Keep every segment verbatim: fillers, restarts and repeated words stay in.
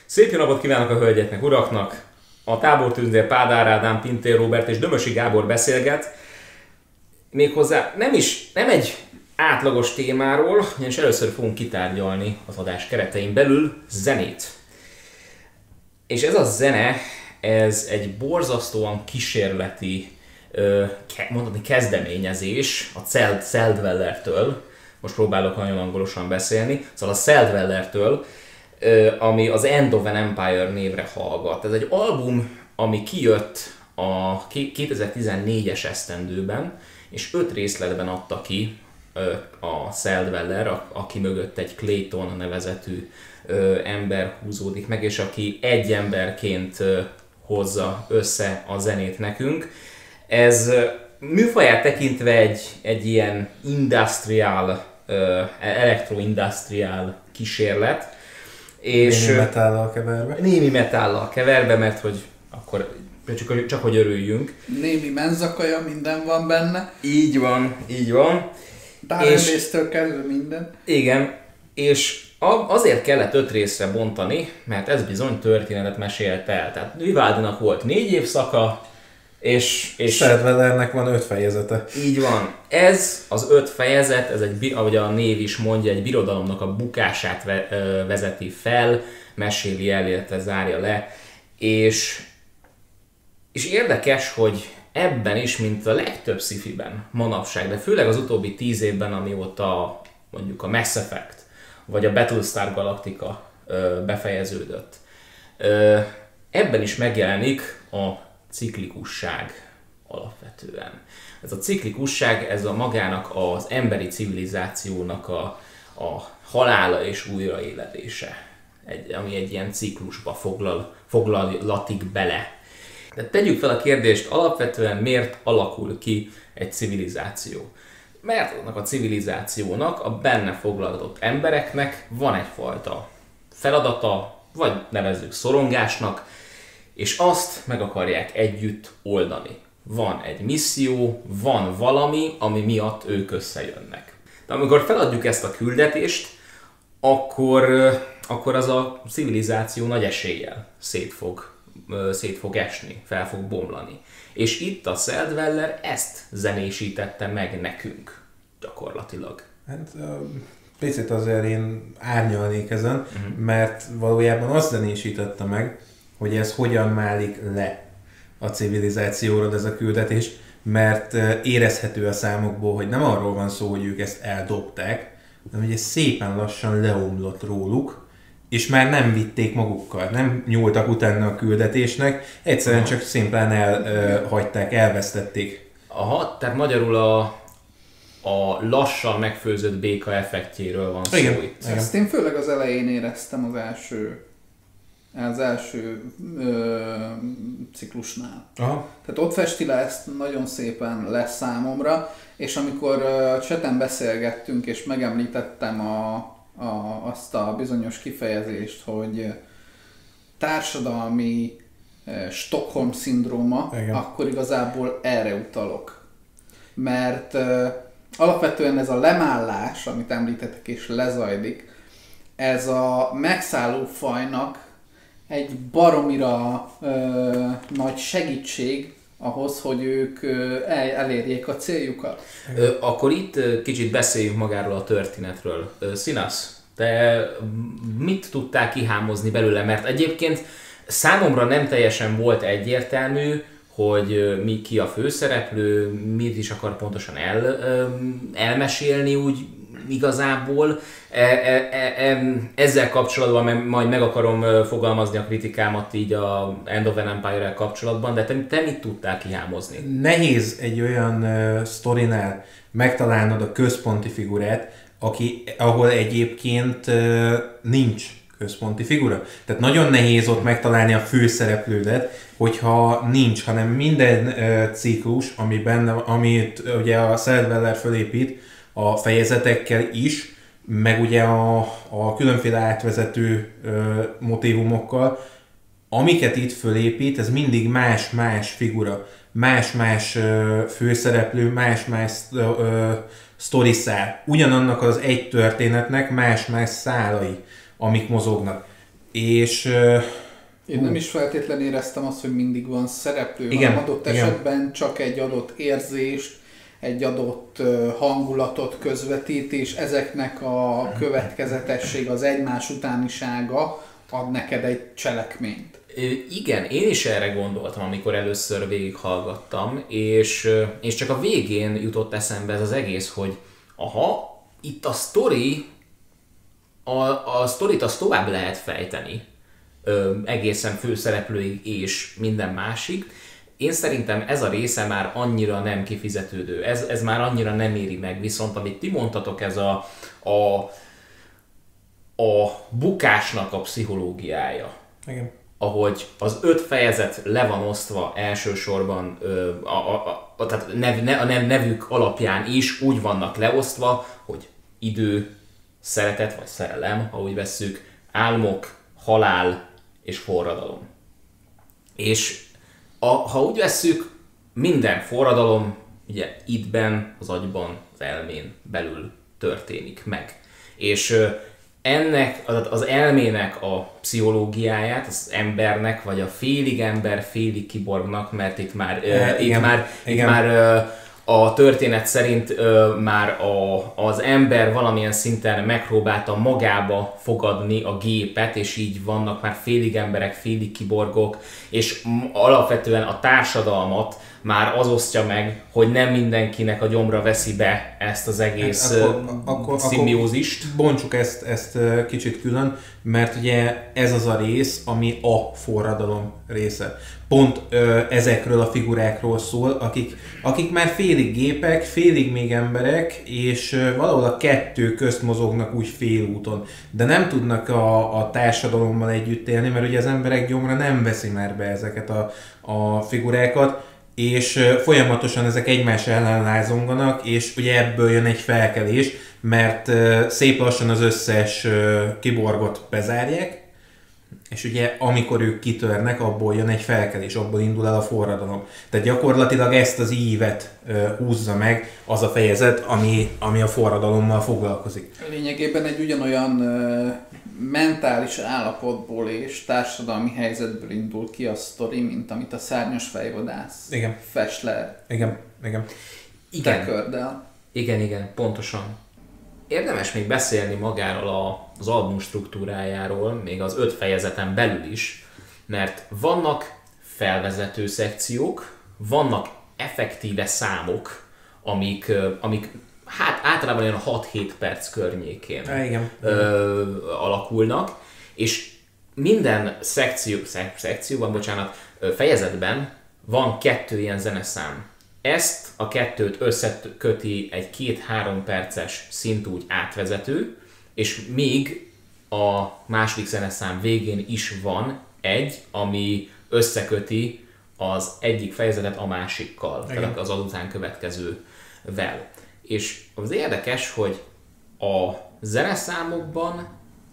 Szép jó napot kívánok a hölgyeknek, uraknak! A tábortűznél Pádár Ádám, Pintér Róbert és Dömösi Gábor beszélget. Méghozzá nem is, nem egy átlagos témáról, ugyanis először fogunk kitárgyalni az adás keretein belül zenét. És ez a zene, ez egy borzasztóan kísérleti, mondani kezdeményezés a Celdwellertől. Most próbálok nagyon angolosan beszélni. Szóval a Celdwellertől, ami az End of an Empire névre hallgat. Ez egy album, ami kijött a kétezer-tizennégyes esztendőben, és öt részletben adta ki a Celdweller, aki mögött egy Clayton nevezetű ember húzódik meg, és aki egy emberként hozza össze a zenét nekünk. Ez műfaját tekintve egy, egy ilyen industrial, elektro-industrial kísérlet, és némi metállal keverve. Némi metállal keverve, mert hogy akkor csak, csak hogy örüljünk. Némi menzakaja, minden van benne. Így van, így van. Tárgyrésztől kezdve minden. Igen, és azért kellett öt részre bontani, mert ez bizony történetet mesélt el. Tehát Vivaldinak volt négy évszaka, és... és Celdwellernek van öt fejezete. Így van. Ez az öt fejezet, ez egy, ahogy a név is mondja, egy birodalomnak a bukását ve, ö, vezeti fel, meséli el, illetve zárja le, és, és érdekes, hogy ebben is, mint a legtöbb sci-fiben manapság, de főleg az utóbbi tíz évben, amióta mondjuk a Mass Effect, vagy a Battlestar Galactica ö, befejeződött, ö, ebben is megjelenik a ciklikusság alapvetően. Ez a ciklikusság, ez a magának az emberi civilizációnak a, a halála és újraéledése, egy, ami egy ilyen ciklusba foglal, foglalatik bele. De tegyük fel a kérdést, alapvetően miért alakul ki egy civilizáció? Mert annak a civilizációnak, a benne foglaltott embereknek van egyfajta feladata, vagy nevezzük szorongásnak, és azt meg akarják együtt oldani. Van egy misszió, van valami, ami miatt ők összejönnek. De amikor feladjuk ezt a küldetést, akkor, akkor az a civilizáció nagy eséllyel szét fog, szét fog esni, fel fog bomlani. És itt a Celdweller ezt zenésítette meg nekünk, gyakorlatilag. Hát picit azért én árnyalnék ezen, uh-huh. mert valójában azt zenésítette meg, hogy ez hogyan málik le a civilizációról ez a küldetés, mert érezhető a számokból, hogy nem arról van szó, hogy ők ezt eldobták, hanem hogy ez szépen lassan leomlott róluk, és már nem vitték magukkal, nem nyúltak utána a küldetésnek, egyszerűen csak szimplán elhagyták, elvesztették. Aha, tehát magyarul a, a lassan megfőzött béka effektjéről van szó igen, itt. igen. Ezt én főleg az elején éreztem az első az első ö, ciklusnál. Aha. Tehát ott festi le ezt nagyon szépen lesz számomra, és amikor uh, chaten beszélgettünk, és megemlítettem a, a, azt a bizonyos kifejezést, hogy társadalmi uh, Stockholm-szindróma, igen. akkor igazából erre utalok. Mert uh, alapvetően ez a lemállás, amit említettek és lezajlik, ez a megszálló fajnak egy baromira ö, nagy segítség ahhoz, hogy ők ö, el, elérjék a céljukat. Ö, akkor itt kicsit beszéljünk magáról a történetről. Színasz, te mit tudtál kihámozni belőle? Mert egyébként számomra nem teljesen volt egyértelmű, hogy mi ki a főszereplő, mit is akar pontosan el, elmesélni úgy igazából. E, e, e, ezzel kapcsolatban majd meg akarom fogalmazni a kritikámat így a End of an Empire-rel kapcsolatban, de te, te mit tudtál kihámozni? Nehéz egy olyan uh, sztorinál megtalálnod a központi figurát, aki, ahol egyébként uh, nincs központi figura. Tehát nagyon nehéz ott megtalálni a főszereplődet, hogyha nincs, hanem minden uh, ciklus, ami benne, amit ugye a Celdweller fölépít a fejezetekkel is, meg ugye a, a különféle átvezető ö, motívumokkal, amiket itt fölépít, ez mindig más-más figura, más-más ö, főszereplő, más-más ö, sztoriszál. Ugyanannak az egy történetnek más-más szálai, amik mozognak. és... Én nem is feltétlenül éreztem azt, hogy mindig van szereplő, igen, hanem adott igen. esetben csak egy adott érzést, egy adott hangulatot közvetít, és ezeknek a következetesség, az egymás utánisága ad neked egy cselekményt. Igen, én is erre gondoltam, amikor először végighallgattam, és, és csak a végén jutott eszembe ez az egész, hogy aha, itt a sztori, a, a sztorit azt tovább lehet fejteni, ö, egészen főszereplőig és minden másik. Én szerintem ez a része már annyira nem kifizetődő, ez, ez már annyira nem éri meg, viszont amit ti mondtatok, ez a, a, a bukásnak a pszichológiája. Igen. Ahogy az öt fejezet le van osztva elsősorban, ö, a, a, a, tehát nev, ne, a nevük alapján is úgy vannak leosztva, hogy idő, szeretet vagy szerelem, ha úgy vesszük, álmok, halál és forradalom. És a, ha úgy vesszük, minden forradalom ugye ittben, az agyban, az elmén belül történik meg. És ö, ennek az elmének a pszichológiáját, az embernek, vagy a félig ember, félig kiborgnak, mert itt már, e, uh, itt már, itt már uh, a történet szerint uh, már a, az ember valamilyen szinten megpróbálta magába fogadni a gépet, és így vannak már félig emberek, félig kiborgok, és alapvetően a társadalmat már az osztja meg, hogy nem mindenkinek a gyomra veszi be ezt az egész hát akkor, akkor, szimbiózist. Akkor bontsuk ezt, ezt kicsit külön, mert ugye ez az a rész, ami a forradalom része. Pont ö, ezekről a figurákról szól, akik, akik már félig gépek, félig még emberek, és ö, valahol a kettő közt mozognak úgy félúton. De nem tudnak a, a társadalommal együtt élni, mert ugye az emberek gyomra nem veszi már be ezeket a, a figurákat, és folyamatosan ezek egymás ellen lázonganak, és ugye ebből jön egy felkelés, mert szép lassan az összes kiborgot bezárják, és ugye amikor ők kitörnek, abból jön egy felkelés, abból indul el a forradalom. Tehát gyakorlatilag ezt az ívet húzza meg az a fejezet, ami, ami a forradalommal foglalkozik. Lényegében egy ugyanolyan mentális állapotból és társadalmi helyzetből indul ki a sztori, mint amit a szárnyas fejvadász igen. fest le. Igen, igen. Igen. Igen, igen, pontosan. Érdemes még beszélni magáról a, az album struktúrájáról, még az öt fejezeten belül is, mert vannak felvezető szekciók, vannak effektíve számok, amik, amik hát általában olyan hat-hét perc környékén Há, igen. Ö, alakulnak, és minden szekció, szek, szekcióban, bocsánat, fejezetben van kettő ilyen zeneszám. Ezt a kettőt összeköti egy két-három perces szintúgy átvezető, és még a második zeneszám végén is van egy, ami összeköti az egyik fejezetet a másikkal, igen. Tehát az azután következővel. És az érdekes, hogy a zeneszámokban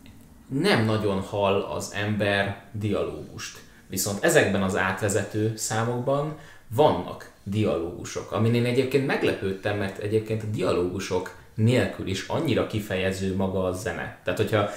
nem nagyon hall az ember dialógust. Viszont ezekben az átvezető számokban vannak dialógusok, amin én egyébként meglepődtem, mert egyébként a dialógusok nélkül is annyira kifejező maga a zene. Tehát, hogyha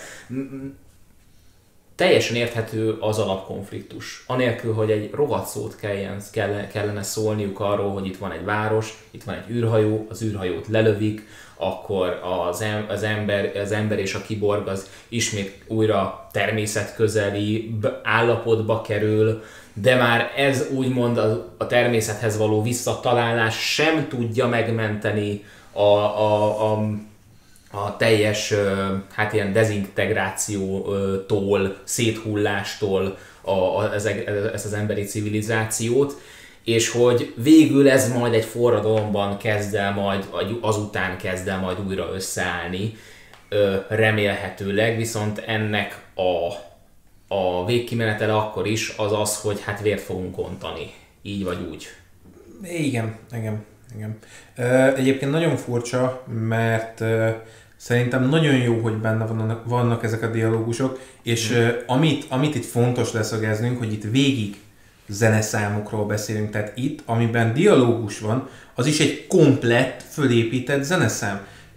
teljesen érthető az alapkonfliktus. Anélkül, hogy egy rohadt szót kelljen, kellene szólniuk arról, hogy itt van egy város, itt van egy űrhajó, az űrhajót lelövik, akkor az, em, az, ember, az ember és a kiborg az ismét újra természetközeli állapotba kerül, de már ez úgymond a, a természethez való visszatalálás sem tudja megmenteni a, a, a, a teljes hát ilyen dezintegrációtól, széthullástól a, a, ezt az emberi civilizációt, és hogy végül ez majd egy forradalomban kezd el majd, azután kezd el majd újra összeállni, remélhetőleg, viszont ennek a, a végkimenetele akkor is az az, hogy hát vért fogunk ontani, így vagy úgy. Igen, igen, igen. Egyébként nagyon furcsa, mert szerintem nagyon jó, hogy benne vannak, vannak ezek a dialógusok, és mm. amit, amit itt fontos leszögeznünk, hogy itt végig zeneszámokról beszélünk, tehát itt, amiben dialógus van, az is egy komplett, fölépített zeneszám.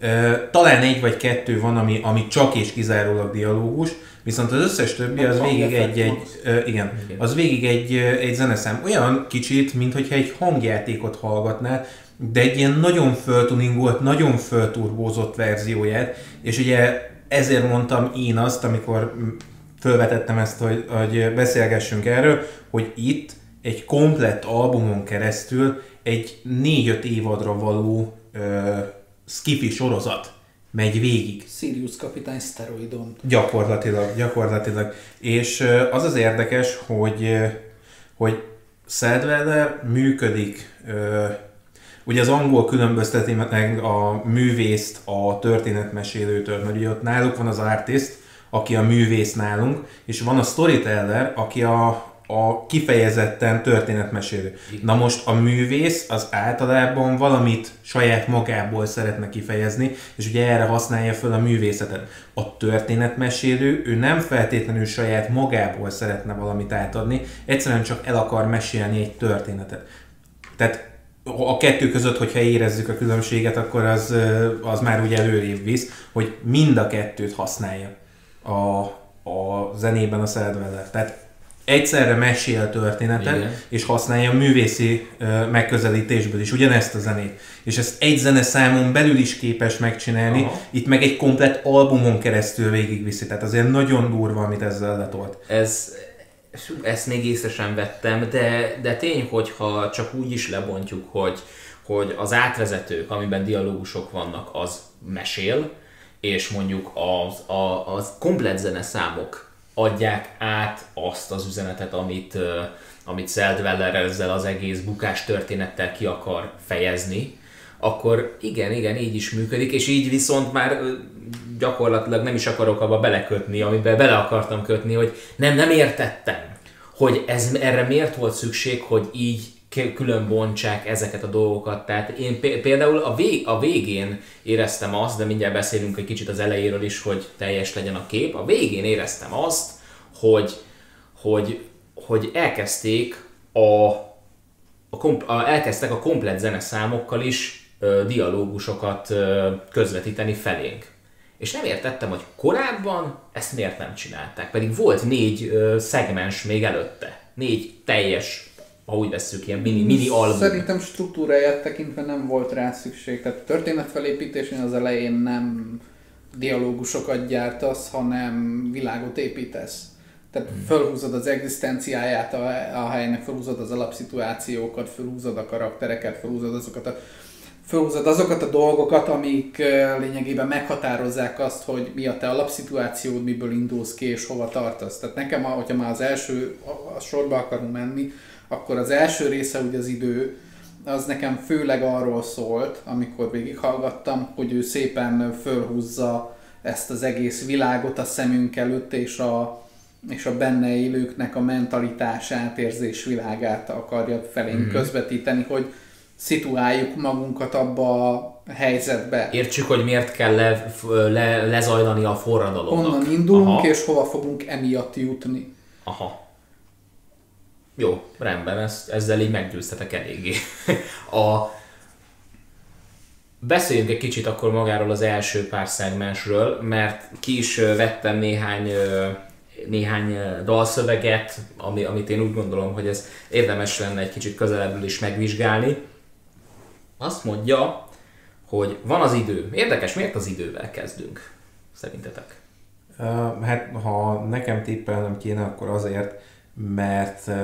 Talán egy vagy kettő van, ami, ami csak és kizárólag dialógus, viszont az összes többi az végig egy, egy, igen, az végig egy, egy zeneszám. Olyan kicsit, mintha egy hangjátékot hallgatnál, de egy ilyen nagyon föltuningolt, nagyon fölturbózott verzióját, és ugye ezért mondtam én azt, amikor felvetettem ezt, hogy, hogy beszélgessünk erről, hogy itt egy komplett albumon keresztül egy négy-öt évadra való uh, skifi sorozat megy végig. Sirius kapitány szteroidon. Gyakorlatilag, gyakorlatilag. És uh, az az érdekes, hogy, uh, hogy Sadweller működik, uh, ugye az angol különbözteti meg a művészt a történetmesélőtől, mert ugye ott náluk van az artist, aki a művész nálunk, és van a storyteller, aki a, a kifejezetten történetmesélő. Na most a művész az általában valamit saját magából szeretne kifejezni, és ugye erre használja föl a művészetet. A történetmesélő, ő nem feltétlenül saját magából szeretne valamit átadni, egyszerűen csak el akar mesélni egy történetet. Tehát a kettő között, hogyha érezzük a különbséget, akkor az, az már ugye előrébb visz, hogy mind a kettőt használja a, a zenében a Sadweller. Tehát egyszerre mesél történetet, igen, és használja a művészi uh, megközelítésből is ugyanezt a zenét. És ezt egy zeneszámon belül is képes megcsinálni, aha, itt meg egy komplett albumon keresztül végigviszi. Tehát azért nagyon durva, amit ezzel letolt. Ez... Ezt még észre sem vettem, de, de tény, hogyha csak úgy is lebontjuk, hogy, hogy az átvezetők, amiben dialógusok vannak, az mesél, és mondjuk az, a, az komplett zeneszámok adják át azt az üzenetet, amit, amit Sadweller ezzel az egész bukás történettel ki akar fejezni, akkor igen, igen, így is működik, és így viszont már gyakorlatilag nem is akarok abba belekötni, amiben bele akartam kötni, hogy nem, nem értettem, hogy ez, erre miért volt szükség, hogy így külön bontsák ezeket a dolgokat. Tehát én például a, vég, a végén éreztem azt, de mindjárt beszélünk egy kicsit az elejéről is, hogy teljes legyen a kép. A végén éreztem azt, hogy, hogy, hogy elkezdték a, a, a, elkezdtek a komplett zeneszámokkal is ö, dialógusokat ö, közvetíteni felénk. És nem értettem, hogy korábban ezt miért nem csinálták. Pedig volt négy ö, szegmens még előtte. Négy teljes, ha úgy vesszük, ilyen mini, mini album. Szerintem struktúráját tekintve nem volt rá szükség. Tehát történetfelépítésén az elején nem dialógusokat gyártasz, hanem világot építesz. Tehát hmm. fölhúzod az egzisztenciáját a, a helynek, fölhúzod az alapszituációkat, fölhúzod a karaktereket, fölhúzod azokat a Fölhúzod azokat a dolgokat, amik lényegében meghatározzák azt, hogy mi a te alapszituációd, miből indulsz ki és hova tartasz. Tehát nekem, hogyha már az első a sorba akarunk menni, akkor az első része, ugye az idő, az nekem főleg arról szólt, amikor végighallgattam, hogy ő szépen fölhúzza ezt az egész világot a szemünk előtt, és a, és a benne élőknek a mentalitását, érzésvilágát akarja felénk mm-hmm. közvetíteni, hogy szituáljuk magunkat abba a helyzetbe. Értsük, hogy miért kell le, le, lezajlani a forradalomnak. Honnan indulunk, aha, és hova fogunk emiatt jutni. Aha. Jó, rendben, ezt, ezzel így meggyőztetek eléggé. A... Beszéljünk egy kicsit akkor magáról az első pár szegmensről, mert ki is vettem néhány, néhány dalszöveget, ami, amit én úgy gondolom, hogy ez érdemes lenne egy kicsit közelebbről is megvizsgálni. Azt mondja, hogy van az idő. Érdekes, miért az idővel kezdünk, szerintetek? Uh, hát, ha nekem tippelnem kéne, akkor azért, mert uh,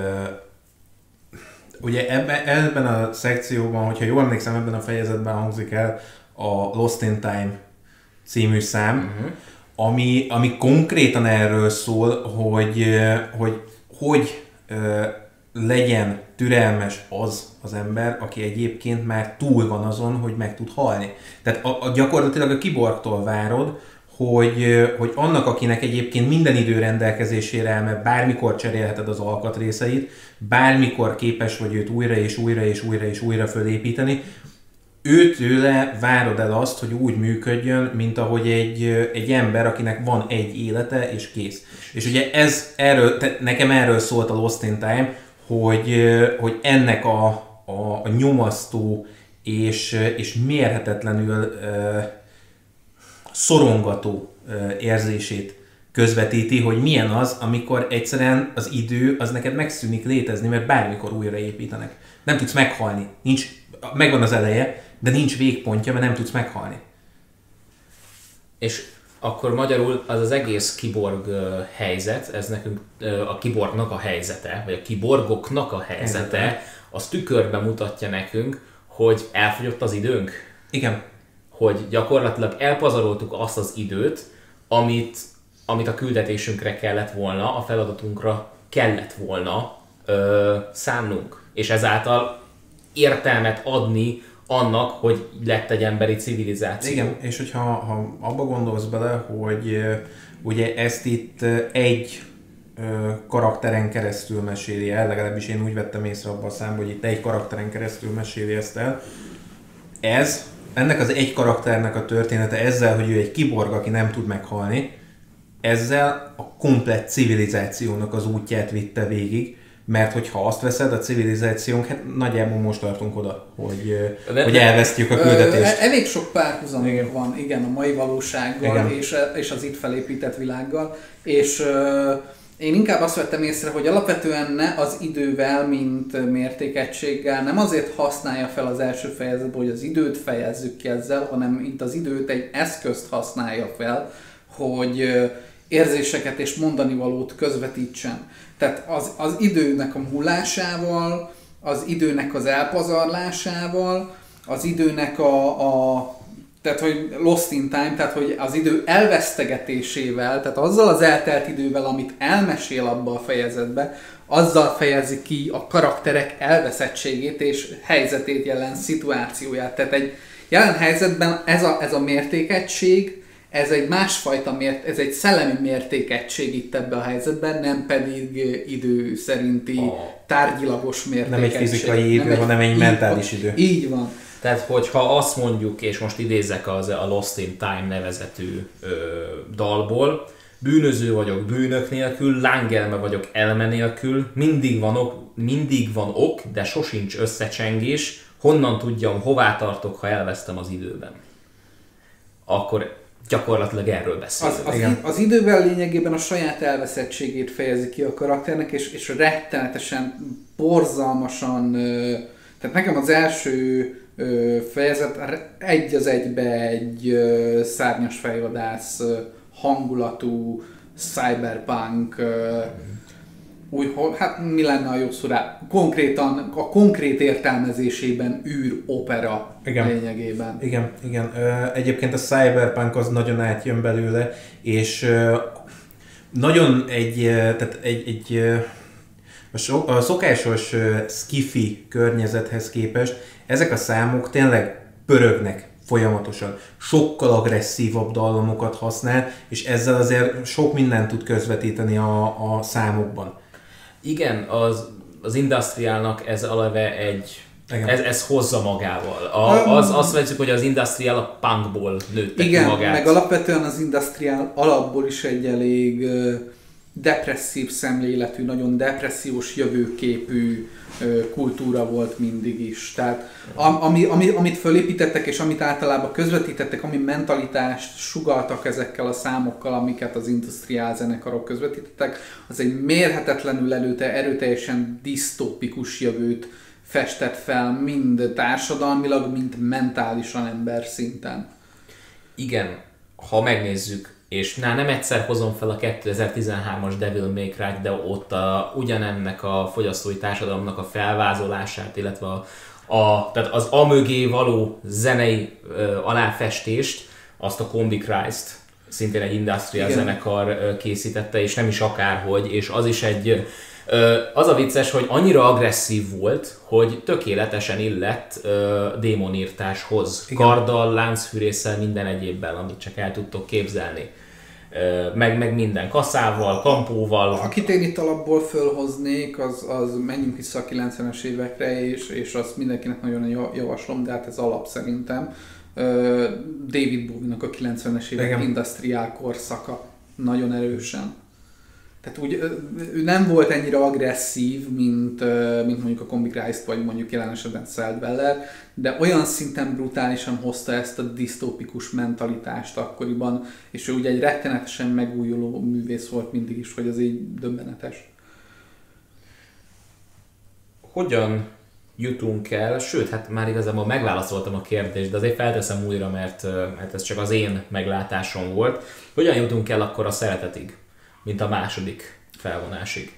ugye ebben, ebben a szekcióban, hogyha jól emlékszem, ebben a fejezetben hangzik el a Lost in Time című szám, uh-huh. ami, ami konkrétan erről szól, hogy hogy, hogy uh, legyen türelmes az az ember, aki egyébként már túl van azon, hogy meg tud halni. Tehát a, a gyakorlatilag a kiborgtól várod, hogy, hogy annak, akinek egyébként minden idő rendelkezésére áll, mert bármikor cserélheted az alkatrészeit, bármikor képes vagy őt újra és újra és újra és újra fölépíteni, őtőle várod el azt, hogy úgy működjön, mint ahogy egy, egy ember, akinek van egy élete és kész. És ugye ez, erről, nekem erről szólt a Lost in Time, hogy, hogy ennek a, a, a nyomasztó és, és mérhetetlenül szorongató érzését közvetíti, hogy milyen az, amikor egyszerűen az idő az neked megszűnik létezni, mert bármikor újraépítenek. Nem tudsz meghalni. Nincs, megvan az eleje, de nincs végpontja, mert nem tudsz meghalni. És akkor magyarul az az egész kiborg helyzet, ez nekünk a kiborgnak a helyzete, vagy a kiborgoknak a helyzete, az tükörben mutatja nekünk, hogy elfogyott az időnk. Igen. Hogy gyakorlatilag elpazaroltuk azt az időt, amit, amit a küldetésünkre kellett volna, a feladatunkra kellett volna ö, szánnunk. És ezáltal értelmet adni annak, hogy lett egy emberi civilizáció. Igen, és hogyha ha abba gondolsz bele, hogy ugye ezt itt egy karakteren keresztül meséli el, legalábbis én úgy vettem észre abban a számban, hogy itt egy karakteren keresztül meséli ezt el. Ez, ennek az egy karakternek a története ezzel, hogy ő egy kiborg, aki nem tud meghalni, ezzel a komplett civilizációnak az útját vitte végig, mert hogyha azt veszed, a civilizációnk, hát nagyjából most tartunk oda, hogy, de, hogy elvesztjük a küldetést. Ö, elég sok párhuzam igen. van, igen, a mai valósággal és, és az itt felépített világgal, és ö, én inkább azt vettem észre, hogy alapvetően ne az idővel, mint mértékegységgel nem azért használja fel az első fejezetben, hogy az időt fejezzük ki ezzel, hanem itt az időt egy eszközt használja fel, hogy érzéseket és mondani valót közvetítsen. Tehát az, az időnek a múlásával, az időnek az elpazarlásával, az időnek a, a tehát, hogy lost in time, tehát, hogy az idő elvesztegetésével, tehát azzal az eltelt idővel, amit elmesél abba a fejezetbe, azzal fejezi ki a karakterek elveszettségét és helyzetét, jelen szituációját. Tehát egy jelen helyzetben ez a, ez a mértékegység, ez egy másfajta mért, ez egy szellemi mértékegység itt ebben a helyzetben, nem pedig idő szerinti oh. tárgyilagos mértékegység. Nem egy fizikai idő, nem hanem egy, egy mentális idő. Így van. Tehát, hogyha azt mondjuk, és most idézek az a Lost in Time nevezetű ö, dalból, bűnöző vagyok bűnök nélkül, lángelme vagyok elme nélkül, mindig van, ok, mindig van ok, de sosincs összecsengés, honnan tudjam, hová tartok, ha elvesztem az időben. Akkor gyakorlatilag erről beszélünk. Az, az, az idővel lényegében a saját elveszettségét fejezi ki a karakternek, és, és rettenetesen, borzalmasan, tehát nekem az első fejezet egy az egybe egy szárnyas fejvadász hangulatú, cyberpunk, új, hát mi lenne a jó szó rá? Konkrétan, a konkrét értelmezésében űropera igen. lényegében. Igen, igen. Egyébként a cyberpunk az nagyon átjön belőle, és nagyon egy, tehát egy, egy a szokásos sci-fi környezethez képest ezek a számok tényleg pörögnek folyamatosan. Sokkal agresszívabb dallamokat használ, és ezzel azért sok mindent tud közvetíteni a, a számokban. Igen, az, az Industrialnak ez aleve egy, ez, ez hozza magával. A, az, azt vegyük, hogy az Industrial a punkból nőtte igen, ki magát. Igen, meg alapvetően az Industrial alapból is egy elég uh, depresszív szemléletű, nagyon depressziós jövőképű uh, kultúra volt mindig is. Tehát ami, ami, amit fölépítettek és amit általában közvetítettek, ami mentalitást sugalltak ezekkel a számokkal, amiket az Industrial zenekarok közvetítettek, az egy mérhetetlenül előtte erőteljesen disztópikus jövőt festett fel, mind társadalmilag, mind mentálisan ember szinten. Igen, ha megnézzük, és na, nem egyszer hozom fel a kétezer-tizenhármas Devil May Cry, de ott a, ugyanennek a fogyasztói társadalomnak a felvázolását, illetve a, a, tehát az amögé való zenei ö, aláfestést, azt a Combi Christ, szintén egy Industrial igen. zenekar ö, készítette, és nem is akárhogy, és az is egy az a vicces, hogy annyira agresszív volt, hogy tökéletesen illett uh, démonírtáshoz. Igen. Karddal, láncfűrésszel, minden egyébben, amit csak el tudtok képzelni. Uh, meg, meg minden kaszával, kampóval. Akit én itt alapból fölhoznék, az, az menjünk vissza a kilencvenes évekre, és, és azt mindenkinek nagyon javaslom, de hát ez alap szerintem. Uh, David Bowie-nak a kilencvenes évek igen. Industrial korszaka. Nagyon erősen. Tehát úgy, ő nem volt ennyire agresszív, mint, mint mondjuk a Comic Christ, vagy mondjuk jelen esetben Celdweller, de olyan szinten brutálisan hozta ezt a disztópikus mentalitást akkoriban, és ő ugye egy rettenetesen megújuló művész volt mindig is, hogy az így döbbenetes. Hogyan jutunk el, sőt, hát már igazából megválaszoltam a kérdést, de azért felteszem újra, mert, mert ez csak az én meglátásom volt. Hogyan jutunk el akkor a szeretetig, mint a második felvonásig?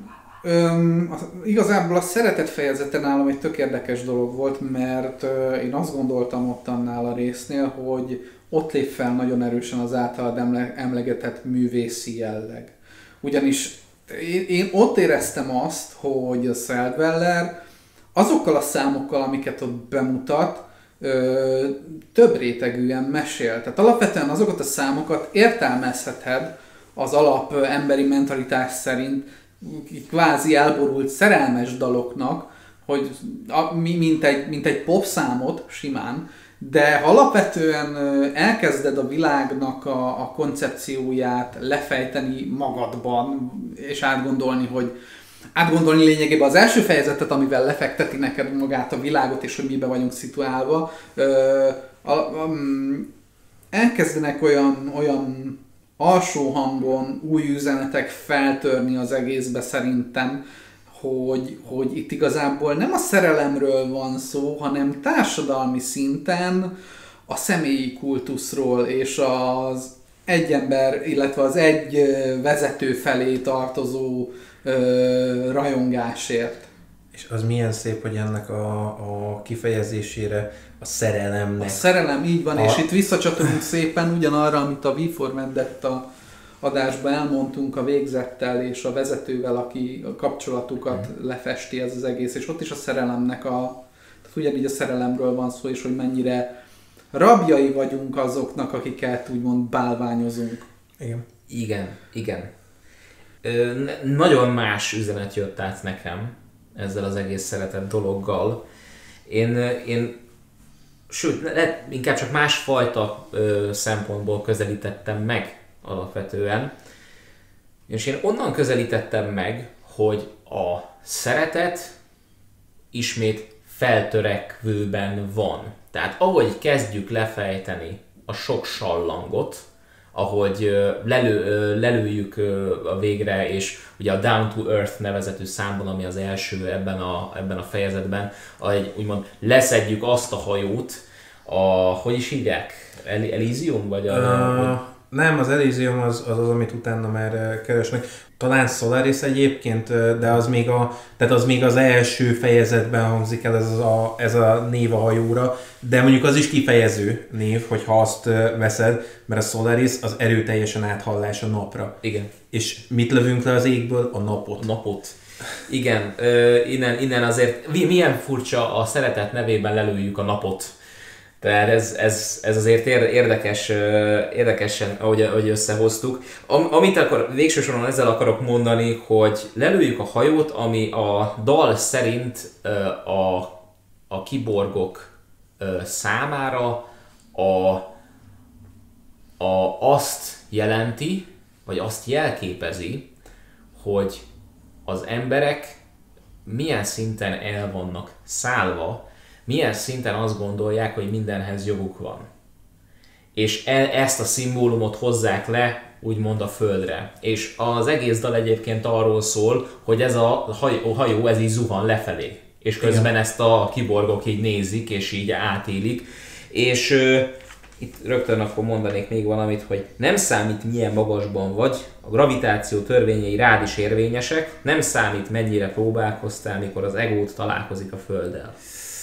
Öm, az, igazából a szeretet fejezete nálam egy tök érdekes dolog volt, mert ö, én azt gondoltam ott annál a résznél, hogy ott lép fel nagyon erősen az általad emle, emlegetett művészi jelleg. Ugyanis én, én ott éreztem azt, hogy a Celdweller azokkal a számokkal, amiket ott bemutat, ö, több rétegűen mesél. Tehát alapvetően azokat a számokat értelmezheted az alap emberi mentalitás szerint kvázi elborult szerelmes daloknak, hogy a, mint, egy, mint egy popszámot simán, de ha alapvetően elkezded a világnak a, a koncepcióját lefejteni magadban, és átgondolni, hogy átgondolni lényegében az első fejezetet, amivel lefekteti neked magát a világot, és hogy miben vagyunk szituálva, ö, a, a, elkezdenek olyan, olyan alsó hangon új üzenetek feltörni az egészbe szerintem, hogy, hogy itt igazából nem a szerelemről van szó, hanem társadalmi szinten a személyi kultuszról és az egy ember, illetve az egy vezető felé tartozó ö, rajongásért. És az milyen szép, hogy ennek a, a kifejezésére a szerelemnek. A szerelem, így van, a... és itt visszacsatolunk szépen ugyanarra, amit a V for Vendetta adásban elmondtunk a végzettel és a vezetővel, aki a kapcsolatukat mm. lefesti ez az egész, és ott is a szerelemnek a... Tehát ugyanígy a szerelemről van szó, és hogy mennyire rabjai vagyunk azoknak, akiket úgymond bálványozunk. Igen. Igen, igen. Ö, nagyon más üzenet jött át nekem ezzel az egész szeretett dologgal. Én, én sőt, lehet, inkább csak másfajta ö, szempontból közelítettem meg alapvetően. És én onnan közelítettem meg, hogy a szeretet ismét feltörekvőben van. Tehát ahogy kezdjük lefejteni a sok sallangot, ahogy lelő, lelőjük a végre, és ugye a Down to Earth nevezetű számban, ami az első ebben a, ebben a fejezetben, ahogy úgymond leszedjük azt a hajót, a, hogy is hívják? El, Elysium? Vagy a, uh, hogy... Nem, az Elysium az, az az, amit utána már keresnek. Talán Solaris egyébként, de az még, a, tehát az még az első fejezetben hangzik el ez a, ez a név a hajóra, de mondjuk az is kifejező név, hogyha azt veszed, mert a Solaris az erőteljesen áthallás a napra. Igen. És mit lövünk le az égből? A napot. A napot. Igen, ö, innen, innen azért milyen furcsa a szeretet nevében lelőjük a napot. Tehát ez, ez, ez azért érdekes, érdekesen, ahogy, ahogy összehoztuk. Am, amit akkor végső soron ezzel akarok mondani, hogy lelőjük a hajót, ami a dal szerint a, a kiborgok számára a, a, azt jelenti, vagy azt jelképezi, hogy az emberek milyen szinten el vannak szállva, milyen szinten azt gondolják, hogy mindenhez joguk van. És e, ezt a szimbólumot hozzák le, úgymond a földre. És az egész dal egyébként arról szól, hogy ez a hajó, hajó ez így zuhan lefelé. És közben igen, ezt a kiborgok így nézik, és így átélik. És uh, itt rögtön akkor mondanék még valamit, hogy nem számít milyen magasban vagy, a gravitáció törvényei rád is érvényesek, nem számít mennyire próbálkoztál, mikor az egót találkozik a földdel.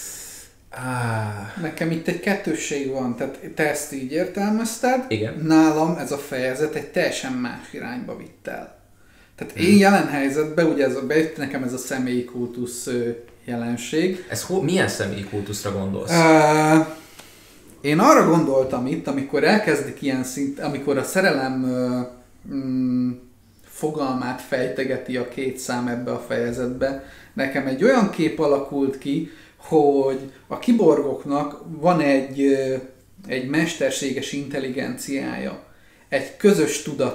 Ah. Nekem itt egy kettősség van, tehát te ezt így értelmezted, igen, nálam ez a fejezet egy teljesen más irányba vitt el. Tehát hmm. én jelen helyzetben, ugye ez a, bejött nekem ez a személyi kultusz jelenség. Ez ho, milyen személyi kultuszra gondolsz? Uh, én arra gondoltam itt, amikor elkezdik ilyen szint, amikor a szerelem uh, mm, fogalmát fejtegeti a két szám ebbe a fejezetbe, nekem egy olyan kép alakult ki, hogy a kiborgoknak van egy, egy mesterséges intelligenciája, egy közös tudata,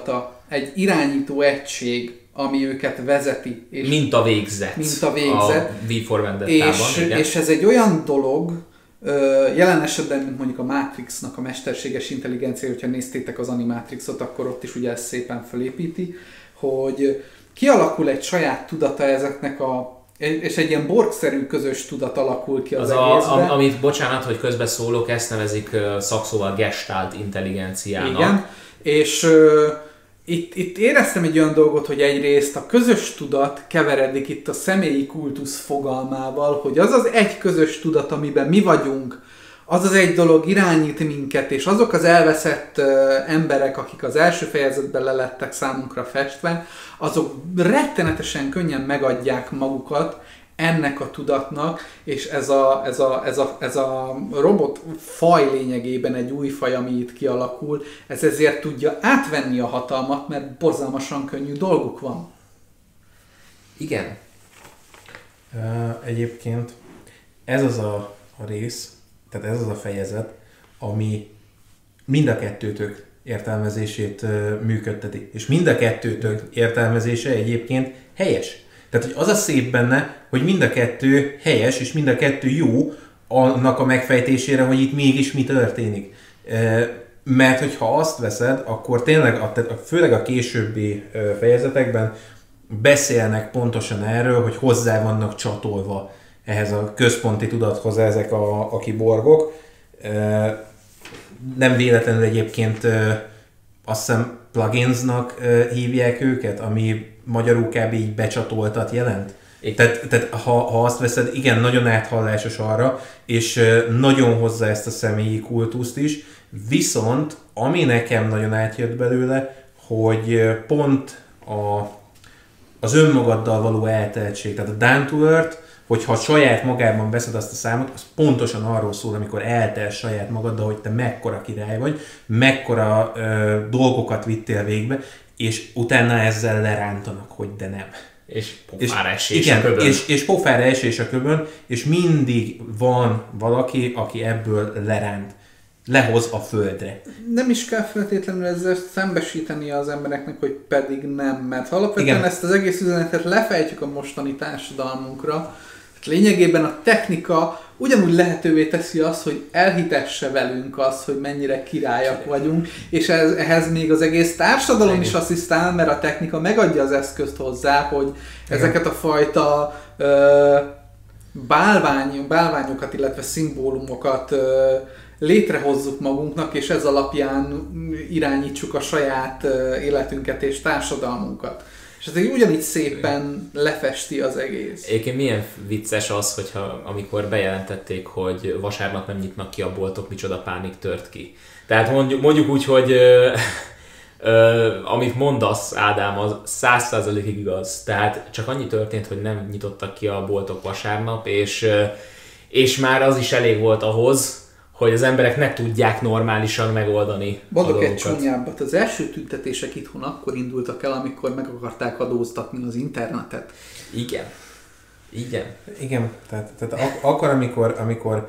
egy irányító egység, ami őket vezeti. És mint a végzet. Mint a végzet. A V for Vendettában, és, igen. és ez egy olyan dolog, jelen esetben, mint mondjuk a Matrixnak a mesterséges intelligencia, hogyha néztétek az Animatrixot, akkor ott is ugye ezt szépen felépíti, hogy kialakul egy saját tudata ezeknek a, és egy ilyen Borg-szerű közös tudat alakul ki az, az egészben. A, amit, bocsánat, hogy közbeszólok, ezt nevezik szakszóval Gestalt intelligenciának. Igen, és uh, itt, itt éreztem egy olyan dolgot, hogy egyrészt a közös tudat keveredik itt a személyi kultusz fogalmával, hogy az az egy közös tudat, amiben mi vagyunk, az az egy dolog irányít minket, és azok az elveszett uh, emberek, akik az első fejezetben lelettek számunkra festve, azok rettenetesen könnyen megadják magukat ennek a tudatnak, és ez a, ez a, ez a, ez a robot faj lényegében egy új faj, ami itt kialakul, ez ezért tudja átvenni a hatalmat, mert borzalmasan könnyű dolguk van. Igen. Uh, egyébként ez az a, a rész, tehát ez az a fejezet, ami mind a kettőtök értelmezését uh, működteti. És mind a kettőtök értelmezése egyébként helyes. Tehát, hogy az a szép benne, hogy mind a kettő helyes, és mind a kettő jó annak a megfejtésére, hogy itt mégis mi történik. Uh, mert hogyha azt veszed, akkor tényleg, a, főleg a későbbi uh, fejezetekben beszélnek pontosan erről, hogy hozzá vannak csatolva ehhez a központi tudathoz ezek a, a kiborgok. Nem véletlenül egyébként azt hiszem pluginsnak hívják őket, ami magyarul kb. Így becsatoltat jelent. Tehát, tehát ha, ha azt veszed, igen, nagyon áthallásos arra, és nagyon hozza ezt a személyi kultuszt is, viszont ami nekem nagyon átjött belőle, hogy pont a, az önmagaddal való elteltség, tehát a down to earth, hogyha saját magában veszed azt a számot, az pontosan arról szól, amikor eltelsz saját magaddal, hogy te mekkora király vagy, mekkora ö, dolgokat vittél végbe, és utána ezzel lerántanak, hogy de nem. És pofára esés igen, a köbön. És, és pofára esés a köbön, és mindig van valaki, aki ebből leránt. Lehoz a földre. Nem is kell feltétlenül ezzel szembesíteni az embereknek, hogy pedig nem, mert ha alapvetően igen. ezt az egész üzenetet lefejtjük a mostani társadalmunkra, lényegében a technika ugyanúgy lehetővé teszi azt, hogy elhitesse velünk azt, hogy mennyire királyak vagyunk, és ez, ehhez még az egész társadalom is asszisztál, mert a technika megadja az eszközt hozzá, hogy igen. ezeket a fajta ö, bálvány, bálványokat, illetve szimbólumokat ö, létrehozzuk magunknak, és ez alapján irányítsuk a saját életünket és társadalmunkat. És ez ugyanígy szépen lefesti az egész. Egyébként milyen vicces az, hogyha amikor bejelentették, hogy vasárnap nem nyitnak ki a boltok, micsoda pánik tört ki. Tehát mondjuk, mondjuk úgy, hogy ö, ö, amit mondasz, Ádám, az száz százalékig igaz. Tehát csak annyi történt, hogy nem nyitottak ki a boltok vasárnap, és, ö, és már az is elég volt ahhoz, hogy az emberek ne tudják normálisan megoldani Mondok a egy dolgokat. csúnyábbat. Az első tüntetések itthon akkor indultak el, amikor meg akarták adóztatni az internetet. Igen. Igen. Igen, tehát, tehát ak- akkor, amikor, amikor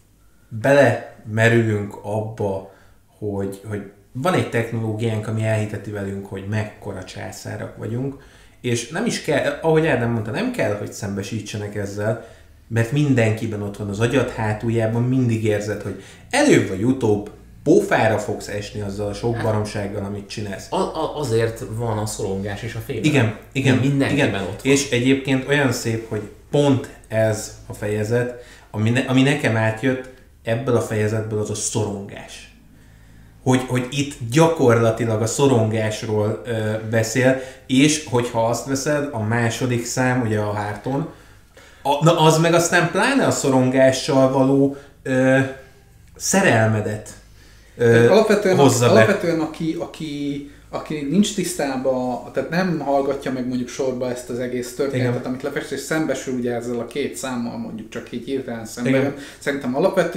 belemerülünk abba, hogy, hogy van egy technológiánk, ami elhiteti velünk, hogy mekkora császárak vagyunk, és nem is kell, ahogy Ádám mondta, nem kell, hogy szembesítsenek ezzel, mert mindenkiben ott van az agyad hátuljában, mindig érzed, hogy előbb vagy utóbb pofára fogsz esni azzal a sok baromsággal, amit csinálsz. A, a, azért van a szorongás és a félelem. Igen, igen, mindenkiben igen. ott van. És egyébként olyan szép, hogy pont ez a fejezet, ami, ne, ami nekem átjött ebből a fejezetből, az a szorongás. Hogy, hogy itt gyakorlatilag a szorongásról ö, beszél, és hogyha azt veszed, a második szám, ugye a Hárton, A, na az meg aztán pláne a szorongással való ö, szerelmedet ö, alapvetően, hozza be. Alapvetően aki, aki, aki nincs tisztában, tehát nem hallgatja meg mondjuk sorba ezt az egész történetet, igen. amit lefest, és szembesül ugye ezzel a két számmal mondjuk csak így hirtelen szemben. Szerintem alapvetően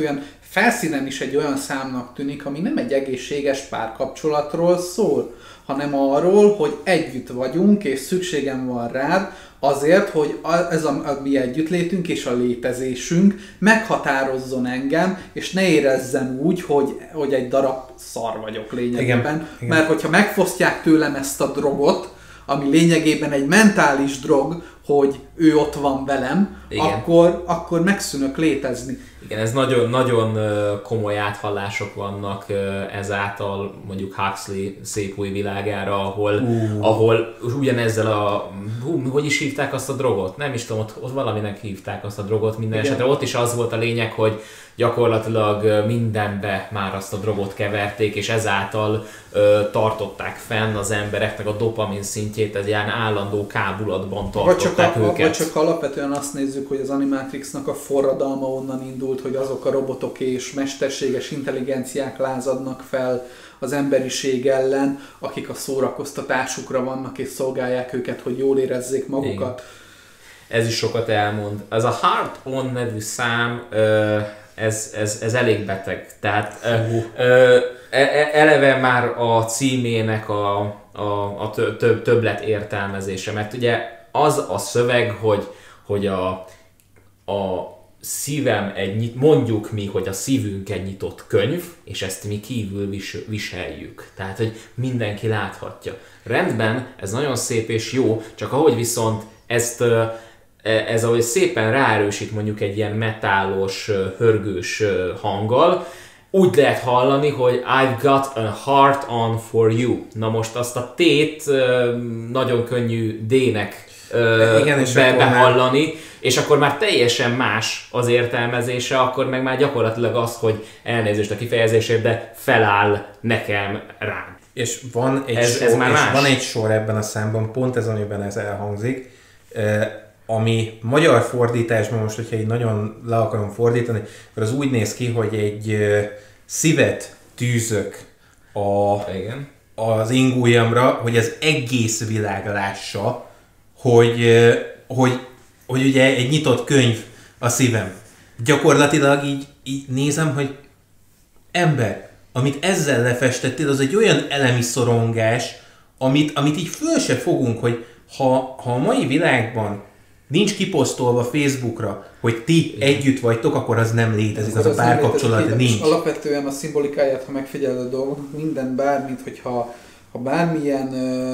felszínen is egy olyan számnak tűnik, ami nem egy egészséges párkapcsolatról szól, hanem arról, hogy együtt vagyunk, és szükségem van rád, azért, hogy ez a, a mi együttlétünk és a létezésünk meghatározzon engem, és ne érezzem úgy, hogy, hogy egy darab szar vagyok lényegében. Igen, igen. Mert hogyha megfosztják tőlem ezt a drogot, ami lényegében egy mentális drog, hogy ő ott van velem, akkor, akkor megszűnök létezni. Igen, ez nagyon, nagyon komoly áthallások vannak ezáltal mondjuk Huxley Szép új világára, ahol, uh. ahol ugyanezzel a, hú, hogy is hívták azt a drogot? Nem is tudom, ott, ott valaminek hívták azt a drogot minden esetre. Ott is az volt a lényeg, hogy gyakorlatilag mindenbe már azt a drogot keverték, és ezáltal ö, tartották fenn az embereknek a dopamin szintjét, egy ilyen állandó kábulatban tartották vagy őket. Vagy csak alapvetően azt nézzük, hogy az Animatrixnak a forradalma onnan indult, hogy azok a robotok és mesterséges intelligenciák lázadnak fel az emberiség ellen, akik a szórakoztatásukra vannak és szolgálják őket, hogy jól érezzék magukat. Igen. Ez is sokat elmond. Ez a Heart On nevű szám, ö, Ez, ez, ez elég beteg. Tehát uh. ö, eleve már a címének a, a, a több, többlet értelmezése, mert ugye az a szöveg, hogy, hogy a, a szívem egy nyit, mondjuk mi, hogy a szívünk egy nyitott könyv, és ezt mi kívül vis, viseljük. Tehát, hogy mindenki láthatja. Rendben, ez nagyon szép és jó, csak ahogy viszont ezt ez ahogy szépen ráerősít mondjuk egy ilyen metálos, hörgős hanggal, úgy lehet hallani, hogy I've got a heart on for you. Na most azt a T-t nagyon könnyű D-nek Igen, és be, behallani, már... és akkor már teljesen más az értelmezése, akkor meg már gyakorlatilag az, hogy elnézést a kifejezésért, de feláll nekem rám. És van egy, ez, sor, ez már és van egy sor ebben a számban, pont ez, amiben ez elhangzik, ami magyar fordításban, most, hogyha így nagyon le akarom fordítani, akkor az úgy néz ki, hogy egy uh, szívet tűzök a, Igen. az ingújamra, hogy az egész világ lássa, hogy, uh, hogy, hogy ugye egy nyitott könyv a szívem. Gyakorlatilag így, így nézem, hogy ember, amit ezzel lefestettél, az egy olyan elemi szorongás, amit, amit így föl se fogunk, hogy ha, ha a mai világban nincs kiposztolva Facebookra, hogy ti Igen. együtt vagytok, akkor az nem létezik, az, az a párkapcsolat nincs. Alapvetően a szimbolikáját, ha megfigyeled a dolgot, minden bármit, hogyha ha bármilyen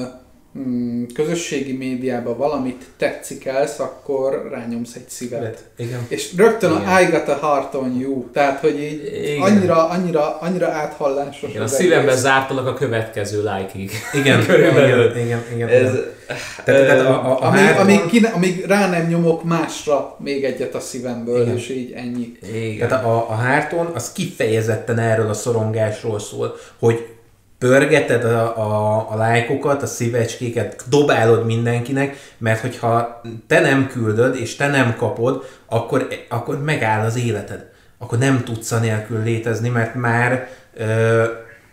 uh, közösségi médiában valamit tetszikelsz, akkor rányomsz egy szívet. Igen. És rögtön Igen. a I got a heart on you, tehát hogy így annyira, annyira, annyira áthallásos. Igen, a szívemben zártalak a következő like-ig. Igen, körülbelül. Igen, igen, igen. Ez, tehát, tehát a, a, a amíg, amíg, kine, amíg rá nem nyomok másra még egyet a szívemből, Igen. és így ennyi. Igen. Tehát a, a hárton az kifejezetten erről a szorongásról szól, hogy pörgeted a, a, a lájkokat, a szívecskéket, dobálod mindenkinek, mert hogyha te nem küldöd, és te nem kapod, akkor, akkor megáll az életed. Akkor nem tudsz anélkül létezni, mert már, ö,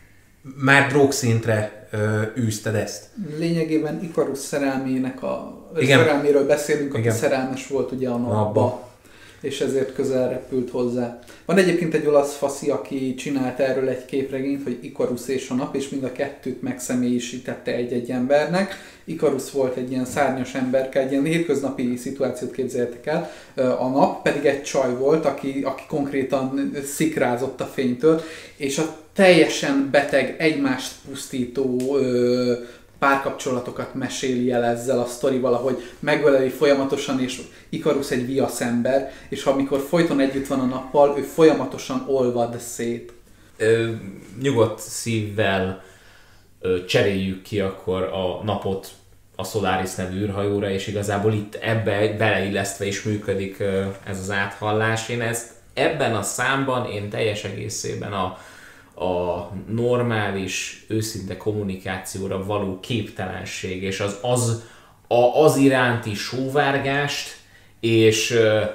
már drogszintre ö, űzted ezt. Lényegében Ikarus szerelmének a szerelméről beszélünk, aki Igen. szerelmes volt ugye a napba. napba. És ezért közel repült hozzá. Van egyébként egy olasz faszi, aki csinált erről egy képregényt, hogy Ikarus és a nap, és mind a kettőt megszemélyisítette egy-egy embernek. Ikarus volt egy ilyen szárnyas emberke, egy ilyen hétköznapi szituációt képzeljetek el. A nap pedig egy csaj volt, aki, aki konkrétan szikrázott a fénytől, és a teljesen beteg, egymást pusztító ö, párkapcsolatokat meséli el ezzel a sztorival, ahogy megöleli folyamatosan, és Ikarus egy viaszember, és amikor folyton együtt van a nappal, ő folyamatosan olvad szét. Ö, nyugodt szívvel ö, cseréljük ki akkor a napot a Solaris nevű űrhajóra, és igazából itt ebbe beleillesztve is működik ö, ez az áthallás. Én ezt ebben a számban én teljes egészében a a normális, őszinte kommunikációra való képtelenség, és az, az, a, az iránti sóvárgást, és,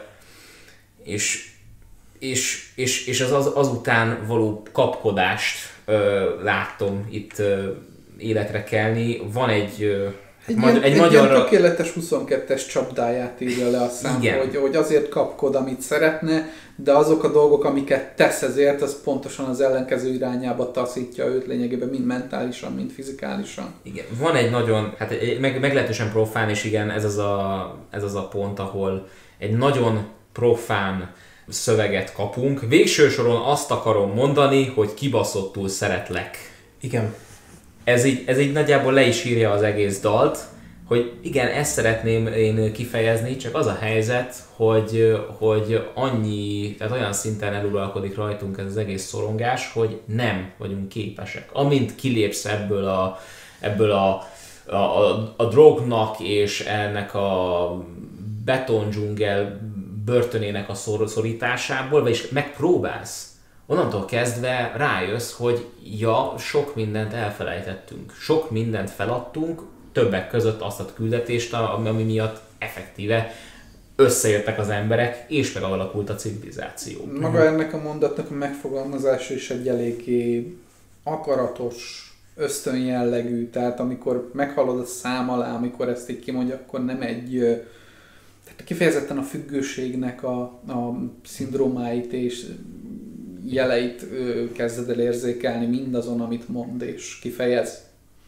és, és, és, és az, az azután való kapkodást ö, látom itt ö, életre kelni. Van egy ö, Egy, Magy- ilyen, egy egy magyarra... ilyen tökéletes huszonkettes csapdáját írja le a szám, hogy, hogy azért kapkod, amit szeretne, de azok a dolgok, amiket tesz ezért, az pontosan az ellenkező irányába taszítja őt lényegében mind mentálisan, mind fizikálisan. Igen, van egy nagyon, hát egy, meg, meglehetősen profán, és igen, ez az, a, ez az a pont, ahol egy nagyon profán szöveget kapunk. Végső soron azt akarom mondani, hogy kibaszottul szeretlek. Igen. Ez így, ez így nagyjából le is írja az egész dalt, hogy igen, ezt szeretném én kifejezni, csak az a helyzet, hogy, hogy annyi, tehát olyan szinten eluralkodik rajtunk ez az egész szorongás, hogy nem vagyunk képesek. Amint kilépsz ebből a, ebből a, a, a, a drognak és ennek a betondzsungel börtönének a szor, szorításából, vagyis megpróbálsz, onnantól kezdve rájössz, hogy ja, sok mindent elfelejtettünk, sok mindent feladtunk, többek között azt a küldetést, ami miatt effektíve összejöttek az emberek, és megalakult a civilizáció. Maga ennek a mondatnak a megfogalmazása is egy eléggé akaratos, ösztönjellegű, tehát amikor meghallod a szám alá, amikor ezt így kimondja, akkor nem egy, tehát kifejezetten a függőségnek a, a szindrómáit és jeleit kezded el érzékelni mindazon, amit mond és kifejez.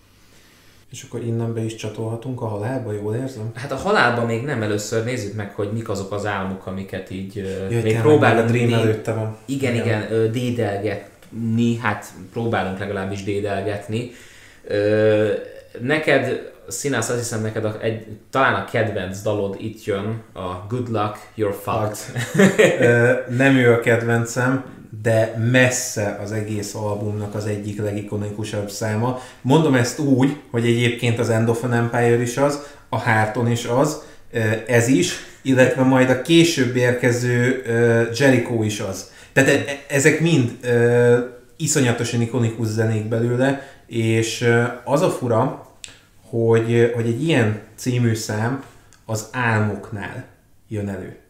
És akkor innen be is csatolhatunk a halálba, jól érzem? Hát a halálban még nem, először nézzük meg, hogy mik azok az álmok, amiket így Jöjj, még próbálunk a Dream dé- előtte van. Igen, igen, igen, dédelgetni, hát próbálunk legalábbis dédelgetni. Ö, neked, Színász, azt hiszem neked a, egy, talán a kedvenc dalod itt jön, a Good Luck, You're Fucked. Ö, nem ő a kedvencem, de messze az egész albumnak az egyik legikonikusabb száma. Mondom ezt úgy, hogy egyébként az End of an Empire is az, a Hearton is az, ez is, illetve majd a később érkező Jericho is az. Tehát ezek mind iszonyatosan ikonikus zenék belőle, és az a fura, hogy, hogy egy ilyen című szám az álmoknál jön elő.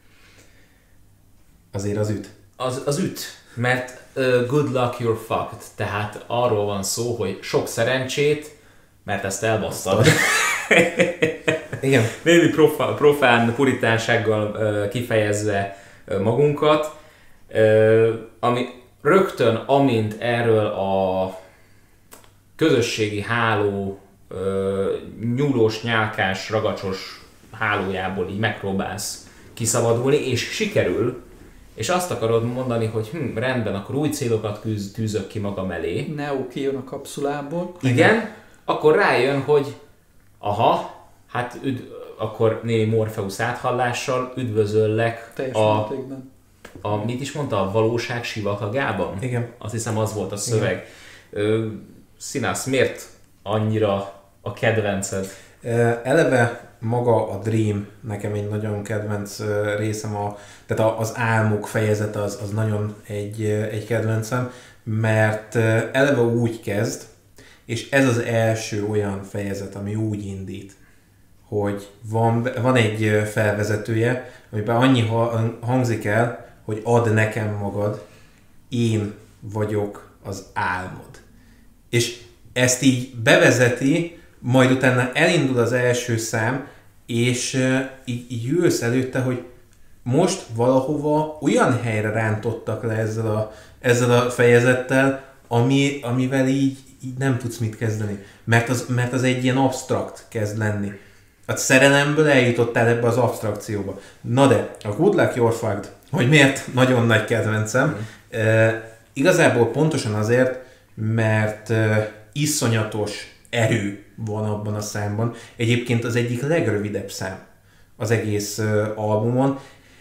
Azért az üt. Az, az üt, mert uh, good luck, you're fucked. Tehát arról van szó, hogy sok szerencsét, mert ezt elbasszad. Igen. Némi profán, profán puritánsággal uh, kifejezve uh, magunkat, uh, ami rögtön, amint erről a közösségi háló, uh, nyúlós, nyálkás, ragacsos hálójából így megpróbálsz kiszabadulni, és sikerül, és azt akarod mondani, hogy hm, rendben, akkor új célokat küz, tűzök ki magam elé. Neo kijön a kapszulából. Igen, akkor rájön, hogy aha, hát üd, akkor némi Morpheus áthallással üdvözöllek a, a, mit is mondta, a valóság sivatagában? Igen. Azt hiszem az volt a szöveg. Ö, Színász, miért annyira a kedvenced? Eleve maga a Dream nekem egy nagyon kedvenc részem, a, tehát az álmok fejezete az, az nagyon egy, egy kedvencem, mert eleve úgy kezd, és ez az első olyan fejezet, ami úgy indít, hogy van, van egy felvezetője, amiben annyi hangzik el, hogy add nekem magad, én vagyok az álmod. És ezt így bevezeti, majd utána elindul az első szám, és uh, így, így jössz előtte, hogy most valahova olyan helyre rántottak le ezzel a, ezzel a fejezettel, ami, amivel így, így nem tudsz mit kezdeni. Mert az, mert az egy ilyen absztrakt kezd lenni. A szerelemből eljutottál ebbe az absztrakcióba. Na de, a Good Luck, You're Fucked, hogy miért nagyon nagy kedvencem, mm. uh, igazából pontosan azért, mert uh, iszonyatos erő van abban a számban. Egyébként az egyik legrövidebb szám az egész uh, albumon,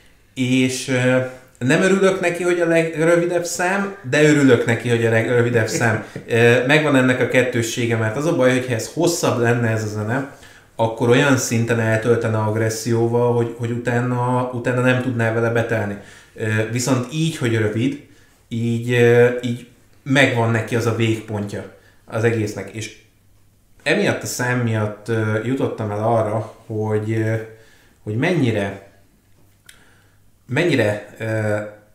és uh, nem örülök neki, hogy a legrövidebb szám, de örülök neki, hogy a legrövidebb szám. Uh, megvan ennek a kettőssége, mert az a baj, hogyha ez hosszabb lenne ez a zene, akkor olyan szinten eltöltene agresszióval, hogy, hogy utána, utána nem tudná vele betelni. Uh, viszont így, hogy rövid, így, uh, így megvan neki az a végpontja az egésznek. És emiatt a szám miatt uh, jutottam el arra, hogy, uh, hogy mennyire, mennyire uh,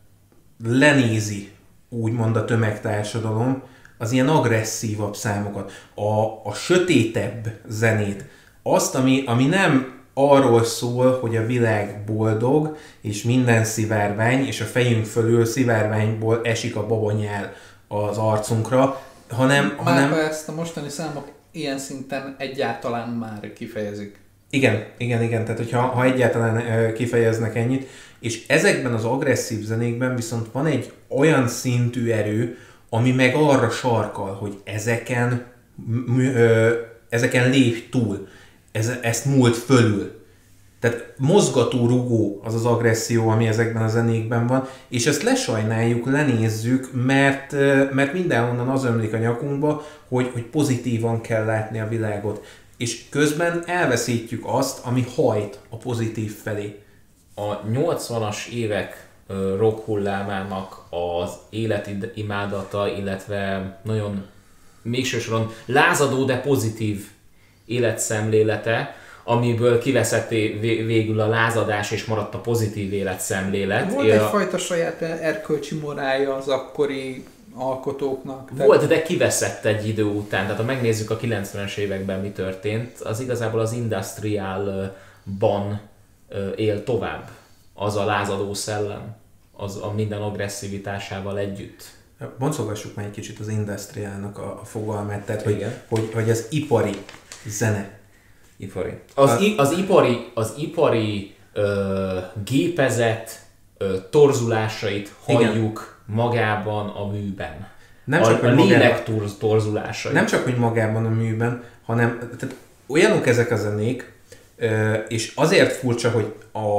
lenézi úgymond a tömegtársadalom az ilyen agresszívabb számokat. A, a sötétebb zenét, azt, ami, ami nem arról szól, hogy a világ boldog, és minden szivárvány, és a fejünk fölül szivárványból esik a babonyál az arcunkra, hanem... Már hanem... ha ezt a mostani számok ilyen szinten egyáltalán már kifejezik. Igen, igen, igen, tehát hogyha ha egyáltalán kifejeznek ennyit, és ezekben az agresszív zenékben viszont van egy olyan szintű erő, ami meg arra sarkal, hogy ezeken, ö, ezeken lép túl, ez, ezt múlt fölül. Tehát mozgató rugó az az agresszió, ami ezekben a zenékben van, és ezt lesajnáljuk, lenézzük, mert, mert mindenhonnan az ömlik a nyakunkba, hogy, hogy pozitívan kell látni a világot. És közben elveszítjük azt, ami hajt a pozitív felé. A nyolcvanas évek rock hullámának az életimádata, illetve nagyon végső soron lázadó, de pozitív életszemlélete, amiből kiveszett végül a lázadás és maradt a pozitív életszemlélet. Volt egyfajta saját erkölcsi morálja az akkori alkotóknak. Volt, de kiveszett egy idő után. Tehát ha megnézzük a kilencvenes években mi történt, az igazából az industrialban él tovább. Az a lázadó szellem, az a minden agresszivitásával együtt. Boncolgassuk már egy kicsit az industriálnak a, a fogalmát, tehát hogy, hogy, hogy az ipari zene. Ipari. Az, a... i, az ipari, az ipari ö, gépezet ö, torzulásait halljuk igen. magában a műben. Nem csak, a, a lélek torz, torzulásait. Nem csak, hogy magában a műben, hanem tehát olyanok ezek a zenék, ö, és azért furcsa, hogy a,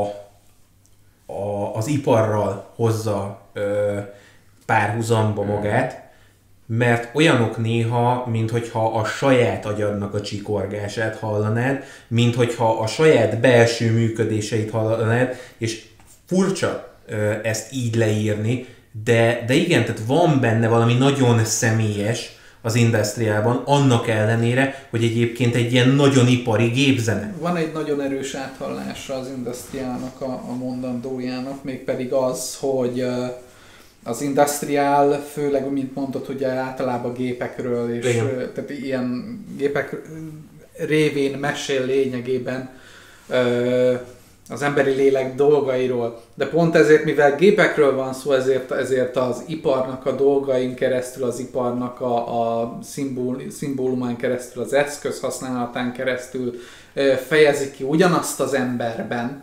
a, az iparral hozza ö, párhuzamba magát, mert olyanok néha, minthogyha a saját agyadnak a csikorgását hallanád, minthogyha a saját belső működéseit hallanád, és furcsa ezt így leírni, de, de igen, tehát van benne valami nagyon személyes az industriálban, annak ellenére, hogy egyébként egy ilyen nagyon ipari gépzene. Van egy nagyon erős áthallása az industriálnak a, a mondandójának, mégpedig az, hogy az industriál, főleg, mint mondod, ugye általában gépekről, és igen. tehát ilyen gépek révén mesél lényegében az emberi lélek dolgairól. De pont ezért, mivel gépekről van szó, ezért, ezért az iparnak a dolgain keresztül, az iparnak a, a szimból, szimbólumán keresztül, az eszköz használatán keresztül fejezi ki ugyanazt az emberben,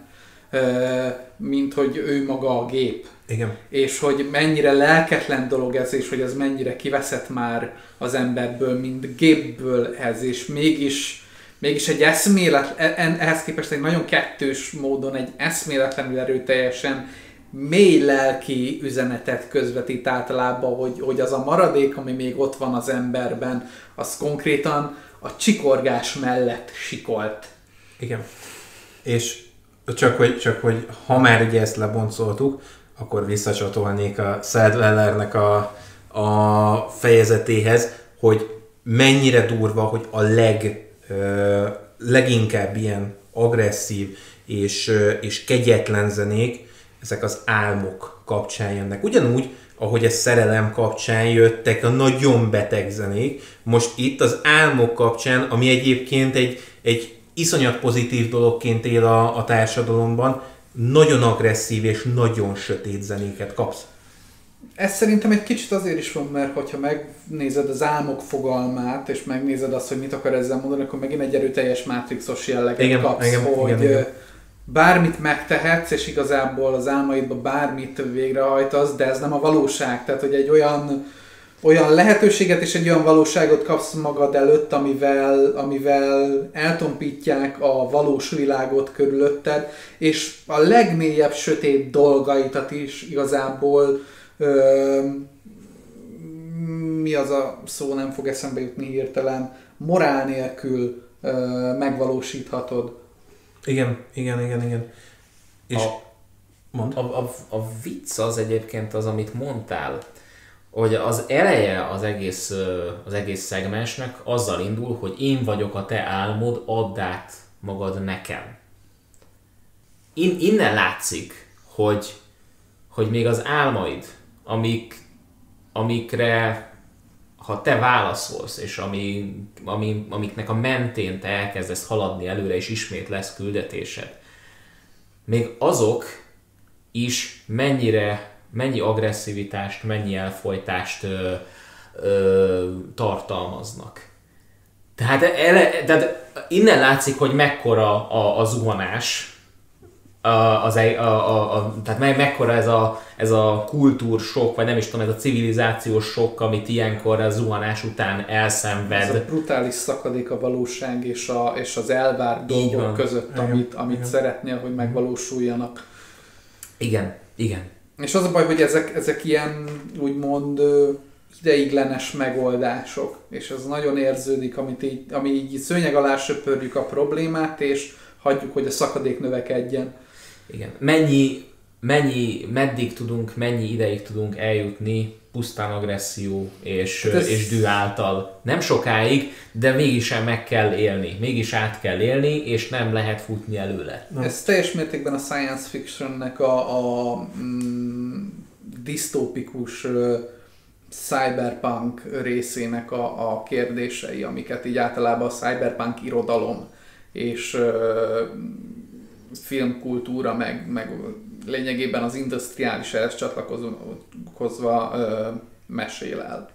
mint hogy ő maga a gép. Igen. És hogy mennyire lelketlen dolog ez, és hogy ez mennyire kiveszett már az emberből, mint gépből ez, és mégis, mégis egy eszmélet, ehhez képest egy nagyon kettős módon, egy eszméletlenül erőteljesen mély lelki üzenetet közvetít általában, hogy, hogy az a maradék, ami még ott van az emberben, az konkrétan a csikorgás mellett sikolt. Igen. És csak hogy, csak hogy ha már ugye ezt leboncoltuk, akkor visszacsatolnék a Sadwellernek a, a fejezetéhez, hogy mennyire durva, hogy a leg, ö, leginkább ilyen agresszív és, ö, és kegyetlen zenék, ezek az álmok kapcsán jönnek. Ugyanúgy, ahogy a szerelem kapcsán jöttek a nagyon beteg zenék, most itt az álmok kapcsán, ami egyébként egy, egy iszonyat pozitív dologként él a, a társadalomban, nagyon agresszív és nagyon sötét zenéket kapsz. Ez szerintem egy kicsit azért is van, mert hogyha megnézed az álmok fogalmát, és megnézed azt, hogy mit akar ezzel mondani, akkor megint egy erőteljes mátrixos jelleget igen, kapsz, igen, hogy igen, igen. bármit megtehetsz, és igazából az álmaidban bármit végrehajtasz, de ez nem a valóság. Tehát, hogy egy olyan, olyan lehetőséget és egy olyan valóságot kapsz magad előtt, amivel, amivel eltompítják a valós világot körülötted, és a legmélyebb sötét dolgaitat is igazából ö, mi az a szó, nem fog eszembe jutni hirtelen, morál nélkül ö, megvalósíthatod. Igen, igen, igen, igen. És a, mondd. A, a, a vicc az egyébként az, amit mondtál, hogy az eleje az egész, az egész szegmensnek azzal indul, hogy én vagyok a te álmod, add át magad nekem. In, innen látszik, hogy, hogy még az álmaid, amik, amikre ha te válaszolsz, és ami, ami, amiknek a mentén te elkezdesz haladni előre, és ismét lesz küldetésed, még azok is mennyire, mennyi agresszivitást, mennyi elfojtást ö, ö, tartalmaznak. Tehát, ele, tehát innen látszik, hogy mekkora a, a zuhanás, a, az, a, a, a, tehát me, mekkora ez a, ez a kultúrsokk, vagy nem is tudom, ez a civilizációs sok, amit ilyenkor a zuhanás után elszenved. Ez a brutális szakadék a valóság és, a, és az elvárt dolgok között, amit, amit szeretnél, hogy megvalósuljanak. Igen, igen. És az a baj, hogy ezek, ezek ilyen úgymond ideiglenes megoldások, és ez nagyon érződik, amit így, ami így szőnyeg alá söpörjük a problémát, és hagyjuk, hogy a szakadék növekedjen. Igen. Mennyi, mennyi, meddig tudunk, mennyi ideig tudunk eljutni pusztán agresszió és, hát ez... és dű által. Nem sokáig, de mégis meg kell élni, mégis át kell élni, és nem lehet futni előle. Na. Ez teljes mértékben a science fictionnek a, a mm, disztópikus uh, cyberpunk részének a, a kérdései, amiket így általában a cyberpunk irodalom és uh, filmkultúra, meg, meg lényegében az industriális ehhez csatlakozva uh, mesél el.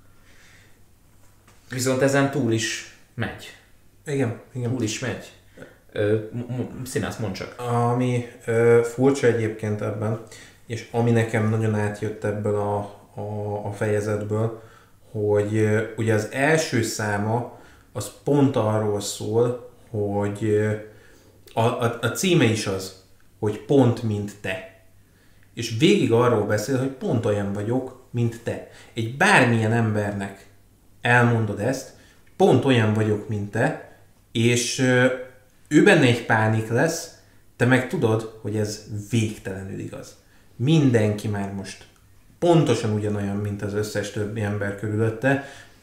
Viszont ezen túl is megy. Igen, igen. Túl is megy. Ö, Színász, mondd csak. Ami ö, furcsa egyébként ebben, és ami nekem nagyon átjött ebből a, a, a fejezetből, hogy ö, ugye az első száma az pont arról szól, hogy ö, a, a, a címe is az, hogy pont mint te. És végig arról beszél, hogy pont olyan vagyok, mint te. Egy bármilyen embernek elmondod ezt, pont olyan vagyok, mint te, és ö, ő benne egy pánik lesz, te meg tudod, hogy ez végtelenül igaz. Mindenki már most pontosan ugyanolyan, mint az összes többi ember körülötte,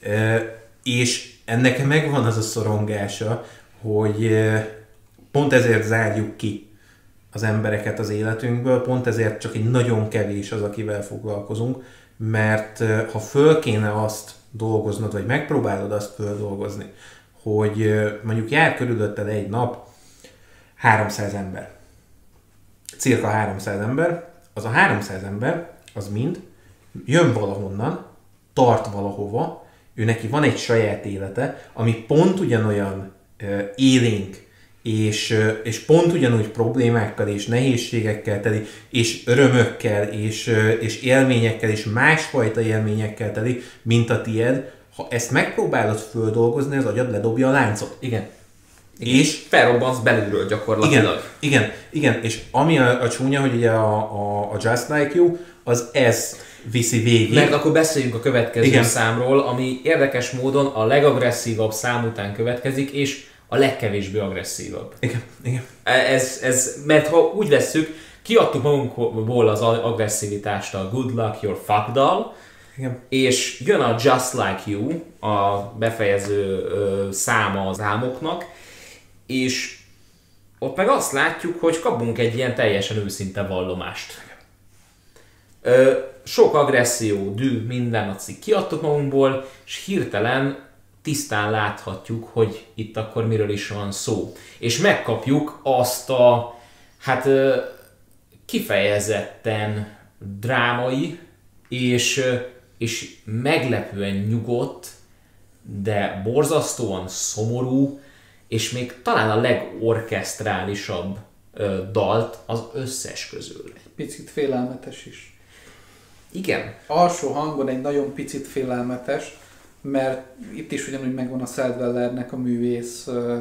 és ennek megvan az a szorongása, hogy pont ezért zárjuk ki az embereket az életünkből, pont ezért csak egy nagyon kevés az, akivel foglalkozunk, mert ha föl kéne azt dolgoznod, vagy megpróbálod azt földolgozni, hogy mondjuk jár körülötted egy nap háromszáz ember. Cirka háromszáz ember. Az a háromszáz ember, az mind jön valahonnan, tart valahova, ő neki van egy saját élete, ami pont ugyanolyan uh, élénk, és, uh, és pont ugyanúgy problémákkal és nehézségekkel teli, és örömökkel, és, uh, és élményekkel, és másfajta élményekkel teli, mint a tied. Ha ezt megpróbálod földolgozni, az agyad ledobja a láncot. Igen. Igen. És felrobbansz belülről gyakorlatilag. Igen, igen, igen. És ami a, a csúnya, hogy ugye a, a, a Just Like You, az ez viszi végig. Mert akkor beszéljünk a következő igen. számról, ami érdekes módon a legagresszívabb szám után következik, és a legkevésbé agresszívabb. Igen, igen. Ez, ez, mert ha úgy vesszük, kiadtuk magunkból az agresszivitást a Good Luck You're Fucked-dal, igen. és jön a Just Like You, a befejező ö, száma az álmoknak, és ott meg azt látjuk, hogy kapunk egy ilyen teljesen őszinte vallomást. Ö, sok agresszió, dű, minden a cikk kiadtuk magunkból, és hirtelen tisztán láthatjuk, hogy itt akkor miről is van szó. És megkapjuk azt a, hát ö, kifejezetten drámai, és, ö, és meglepően nyugodt, de borzasztóan szomorú, és még talán a legorkesztrálisabb ö, dalt az összes közül. Picit félelmetes is. Igen. Alsó hangon egy nagyon picit félelmetes, mert itt is ugyanúgy megvan a Seldwellernek a művész ö,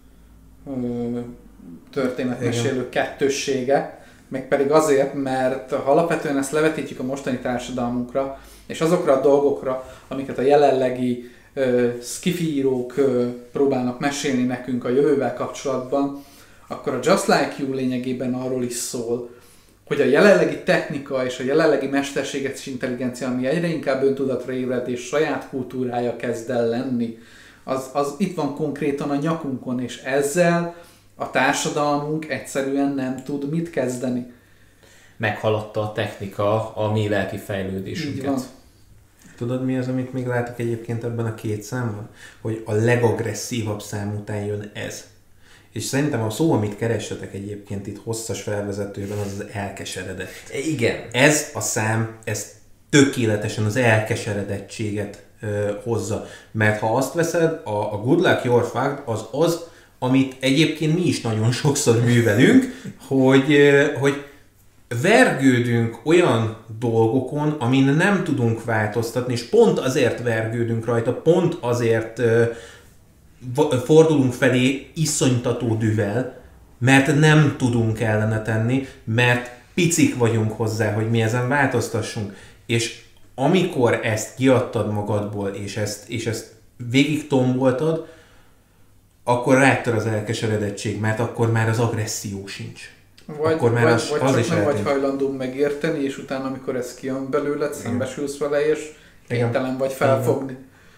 ö, történetmesélő kettőssége, meg pedig azért, mert ha alapvetően ezt levetítjük a mostani társadalmunkra, és azokra a dolgokra, amiket a jelenlegi uh, sci-fi írók uh, próbálnak mesélni nekünk a jövővel kapcsolatban, akkor a Just Like You lényegében arról is szól, hogy a jelenlegi technika és a jelenlegi mesterséges intelligencia, ami egyre inkább öntudatra ébred és saját kultúrája kezd el lenni, az, az itt van konkrétan a nyakunkon, és ezzel a társadalmunk egyszerűen nem tud mit kezdeni. Meghaladta a technika a mi lelki fejlődésünket. Így van. Tudod, mi az, amit még látok egyébként ebben a két számban? Hogy a legagresszívabb szám után jön ez. És szerintem a szó, amit keressetek egyébként itt hosszas felvezetőben, az az elkeseredett. Igen. Ez a szám, ez tökéletesen az elkeseredettséget ö, hozza. Mert ha azt veszed, a, a Good Luck You're Fucked az az, amit egyébként mi is nagyon sokszor művelünk, hogy, ö, hogy vergődünk olyan dolgokon, amin nem tudunk változtatni, és pont azért vergődünk rajta, pont azért ö, fordulunk felé iszonytató dühvel, mert nem tudunk ellene tenni, mert picik vagyunk hozzá, hogy mi ezen változtassunk. És amikor ezt kiadtad magadból, és ezt, és ezt végig tomboltad, akkor rátör az elkeseredettség, mert akkor már az agresszió sincs. Vagy, akkor már vagy, az, vagy az csak is nem vagy eltűnt. hajlandó megérteni, és utána, amikor ez kijön belőled, szembesülsz vele, és kénytelen vagy felfogni.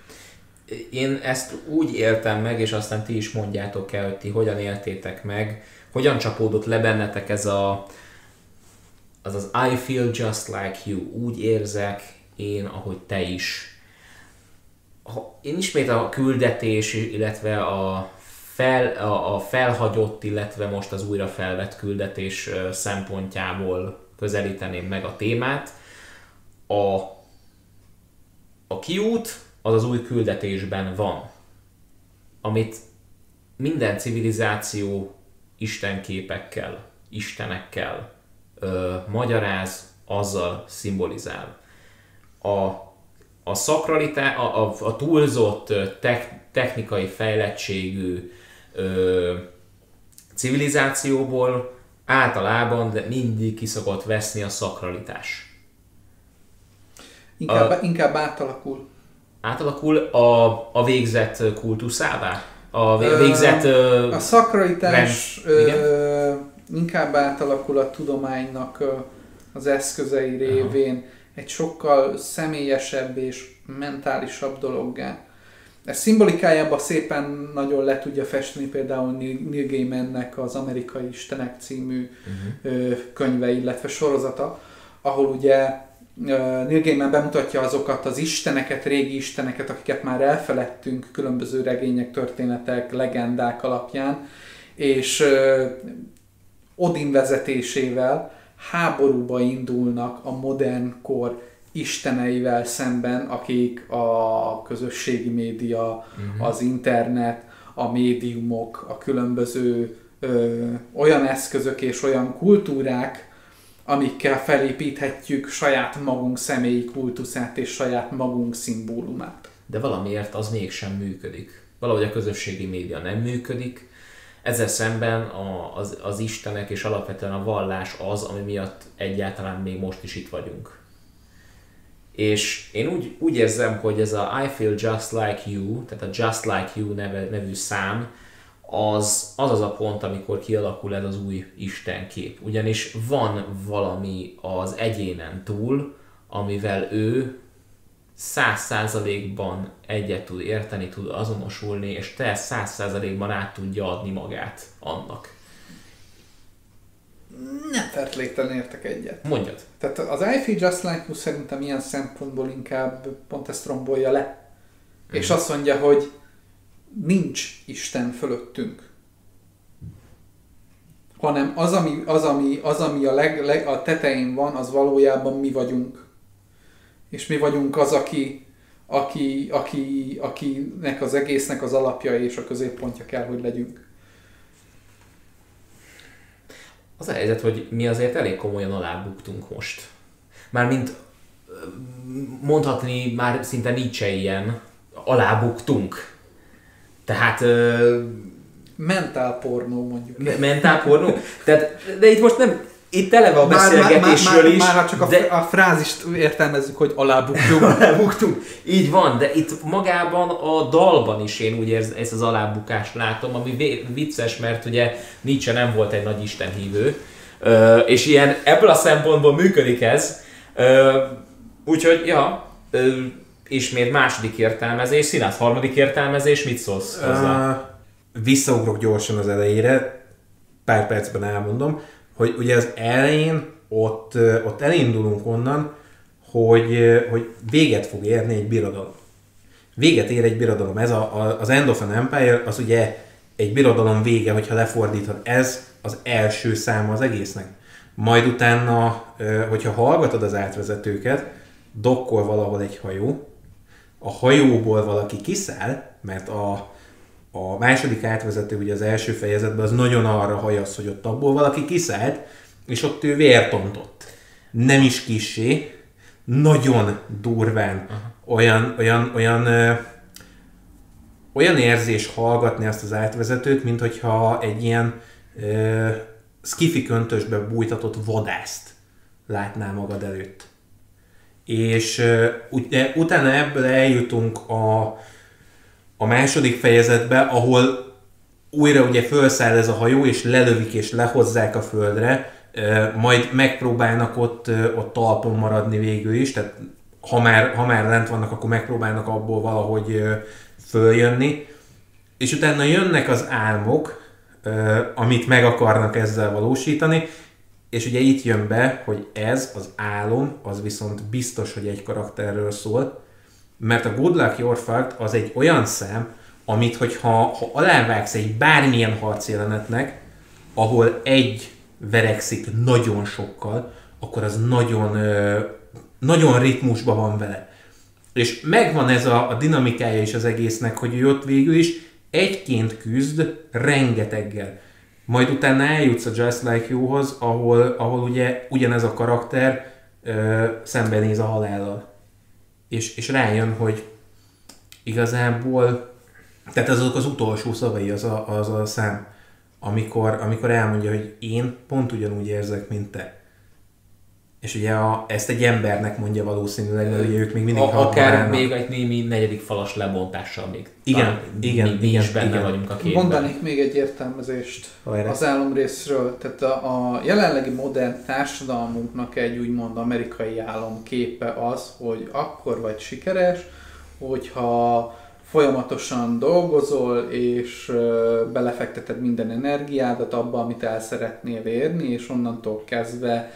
Én ezt úgy éltem meg, és aztán ti is mondjátok el, hogy ti hogyan éltétek meg, hogyan csapódott le bennetek ez a az az I feel just like you, úgy érzek én, ahogy te is. Ha, én ismét a küldetés, illetve a, fel, a, a felhagyott, illetve most az újra felvett küldetés szempontjából közelíteném meg a témát. A, a kiút az az új küldetésben van, amit minden civilizáció istenképekkel, istenekkel ö, magyaráz, azzal szimbolizál. A, a szakralitá, a, a, a túlzott tek, technikai fejlettségű ö, civilizációból általában de mindig ki szokott veszni a szakralitás. Inkább, a, inkább átalakul. Átalakul a, a végzett kultuszává? A végzett... Ö, a szakralitás rend, ö, inkább átalakul a tudománynak ö, az eszközei révén. Aha. Egy sokkal személyesebb és mentálisabb dologgá. Ez szimbolikájában szépen nagyon le tudja festeni például Neil Gaimannek az Amerikai Istenek című uh-huh. könyve, illetve sorozata, ahol ugye Neil Gaiman bemutatja azokat az isteneket, régi isteneket, akiket már elfeledtünk különböző regények, történetek, legendák alapján, és Odin vezetésével háborúba indulnak a modern kor isteneivel szemben, akik a közösségi média, uh-huh. az internet, a médiumok, a különböző ö, olyan eszközök és olyan kultúrák, amikkel felépíthetjük saját magunk személyi kultuszát és saját magunk szimbólumát. De valamiért az mégsem működik. Valahogy a közösségi média nem működik. Ezzel szemben a, az, az istenek és alapvetően a vallás az, ami miatt egyáltalán még most is itt vagyunk. És én úgy, úgy érzem, hogy ez a I feel just like you, tehát a Just Like You neve, nevű szám, az, az az a pont, amikor kialakul ez az új istenkép. Ugyanis van valami az egyénen túl, amivel ő száz százalékban egyet tud érteni, tud azonosulni, és te száz százalékban át tudja adni magát annak. Nem feltétlenül értek egyet. Mondjad. Tehát az I feel just like you szerintem ilyen szempontból inkább pont ezt rombolja le. Mm. És azt mondja, hogy nincs Isten fölöttünk. Hanem az, ami, az, ami, az, ami a, leg, leg, a tetején van, az valójában mi vagyunk. És mi vagyunk az, aki, aki, aki, akinek az egésznek az alapja és a középpontja kell, hogy legyünk. Az a helyzet, hogy mi azért elég komolyan alábuktunk most. Mármint mondhatni már szinte Nietzsche-ilyen, alábuktunk. Tehát... Uh, mentálpornó mondjuk. Me- mentálpornó? Tehát, de itt most nem... Itt eleve a beszélgetésről már, már, is... Már, már csak de... a, a frázist értelmezzük, hogy alábuktunk. alábuktunk. Így van, de itt magában a dalban is én úgy érzem, ezt az alábukást látom, ami vicces, mert ugye Nietzsche nem volt egy nagy istenhívő, és ilyen ebből a szempontból működik ez. Úgyhogy, ja, ismét második értelmezés, Színász harmadik értelmezés, mit szólsz hozzá? Uh, visszaugrok gyorsan az elejére, pár percben elmondom, hogy ugye az elején ott, ott elindulunk onnan, hogy, hogy véget fog érni egy birodalom. Véget ér egy birodalom. Ez a, a, az End of an Empire, az ugye egy birodalom vége, hogyha lefordítod. Ez az első száma az egésznek. Majd utána, hogyha hallgatod az átvezetőket, dokkol valahol egy hajó, a hajóból valaki kiszáll, mert a, a második átvezető, ugye az első fejezetben, az nagyon arra hajasz, hogy ott abból valaki kiszállt, és ott ő vért ontott. Nem is kissé, nagyon durván, olyan, olyan, olyan, ö, olyan érzés hallgatni azt az átvezetőt, mint hogyha egy ilyen ö, skifi köntösbe bújtatott vadászt látnál magad előtt. És uh, ugye, utána ebből eljutunk a, a második fejezetbe, ahol újra ugye felszáll ez a hajó, és lelövik és lehozzák a földre, uh, majd megpróbálnak ott, uh, ott talpon maradni végül is, tehát ha már, ha már lent vannak, akkor megpróbálnak abból valahogy uh, följönni, és utána jönnek az álmok, uh, amit meg akarnak ezzel valósítani, és ugye itt jön be, hogy ez az álom, az viszont biztos, hogy egy karakterről szól, mert a Good Luck You're Fucked az egy olyan szám, amit hogyha ha alávágsz egy bármilyen harcjelenetnek, ahol egy verekszik nagyon sokkal, akkor az nagyon, nagyon ritmusban van vele. És megvan ez a, a dinamikája is az egésznek, hogy ő ott végül is egyként küzd rengeteggel. Majd utána eljutsz a Just Like You-hoz, ahol, ahol ugye ugyanez a karakter ö, szembenéz a halállal. És, és rájön, hogy igazából, tehát azok az utolsó szavai az a, az a szám, amikor, amikor elmondja, hogy én pont ugyanúgy érzek, mint te. És ugye a, ezt egy embernek mondja valószínűleg, mert ugye ők még mindig a, akár még egy némi negyedik falas lebontással még. Igen, igen, mi, mi igen, is benne igen. vagyunk a képben. Mondanék még egy értelmezést Hajrá. az álomrészről. Tehát a, a jelenlegi modern társadalmunknak egy úgymond amerikai álomképe az, hogy akkor vagy sikeres, hogyha folyamatosan dolgozol, és belefekteted minden energiádat abba, amit el szeretnél érni, és onnantól kezdve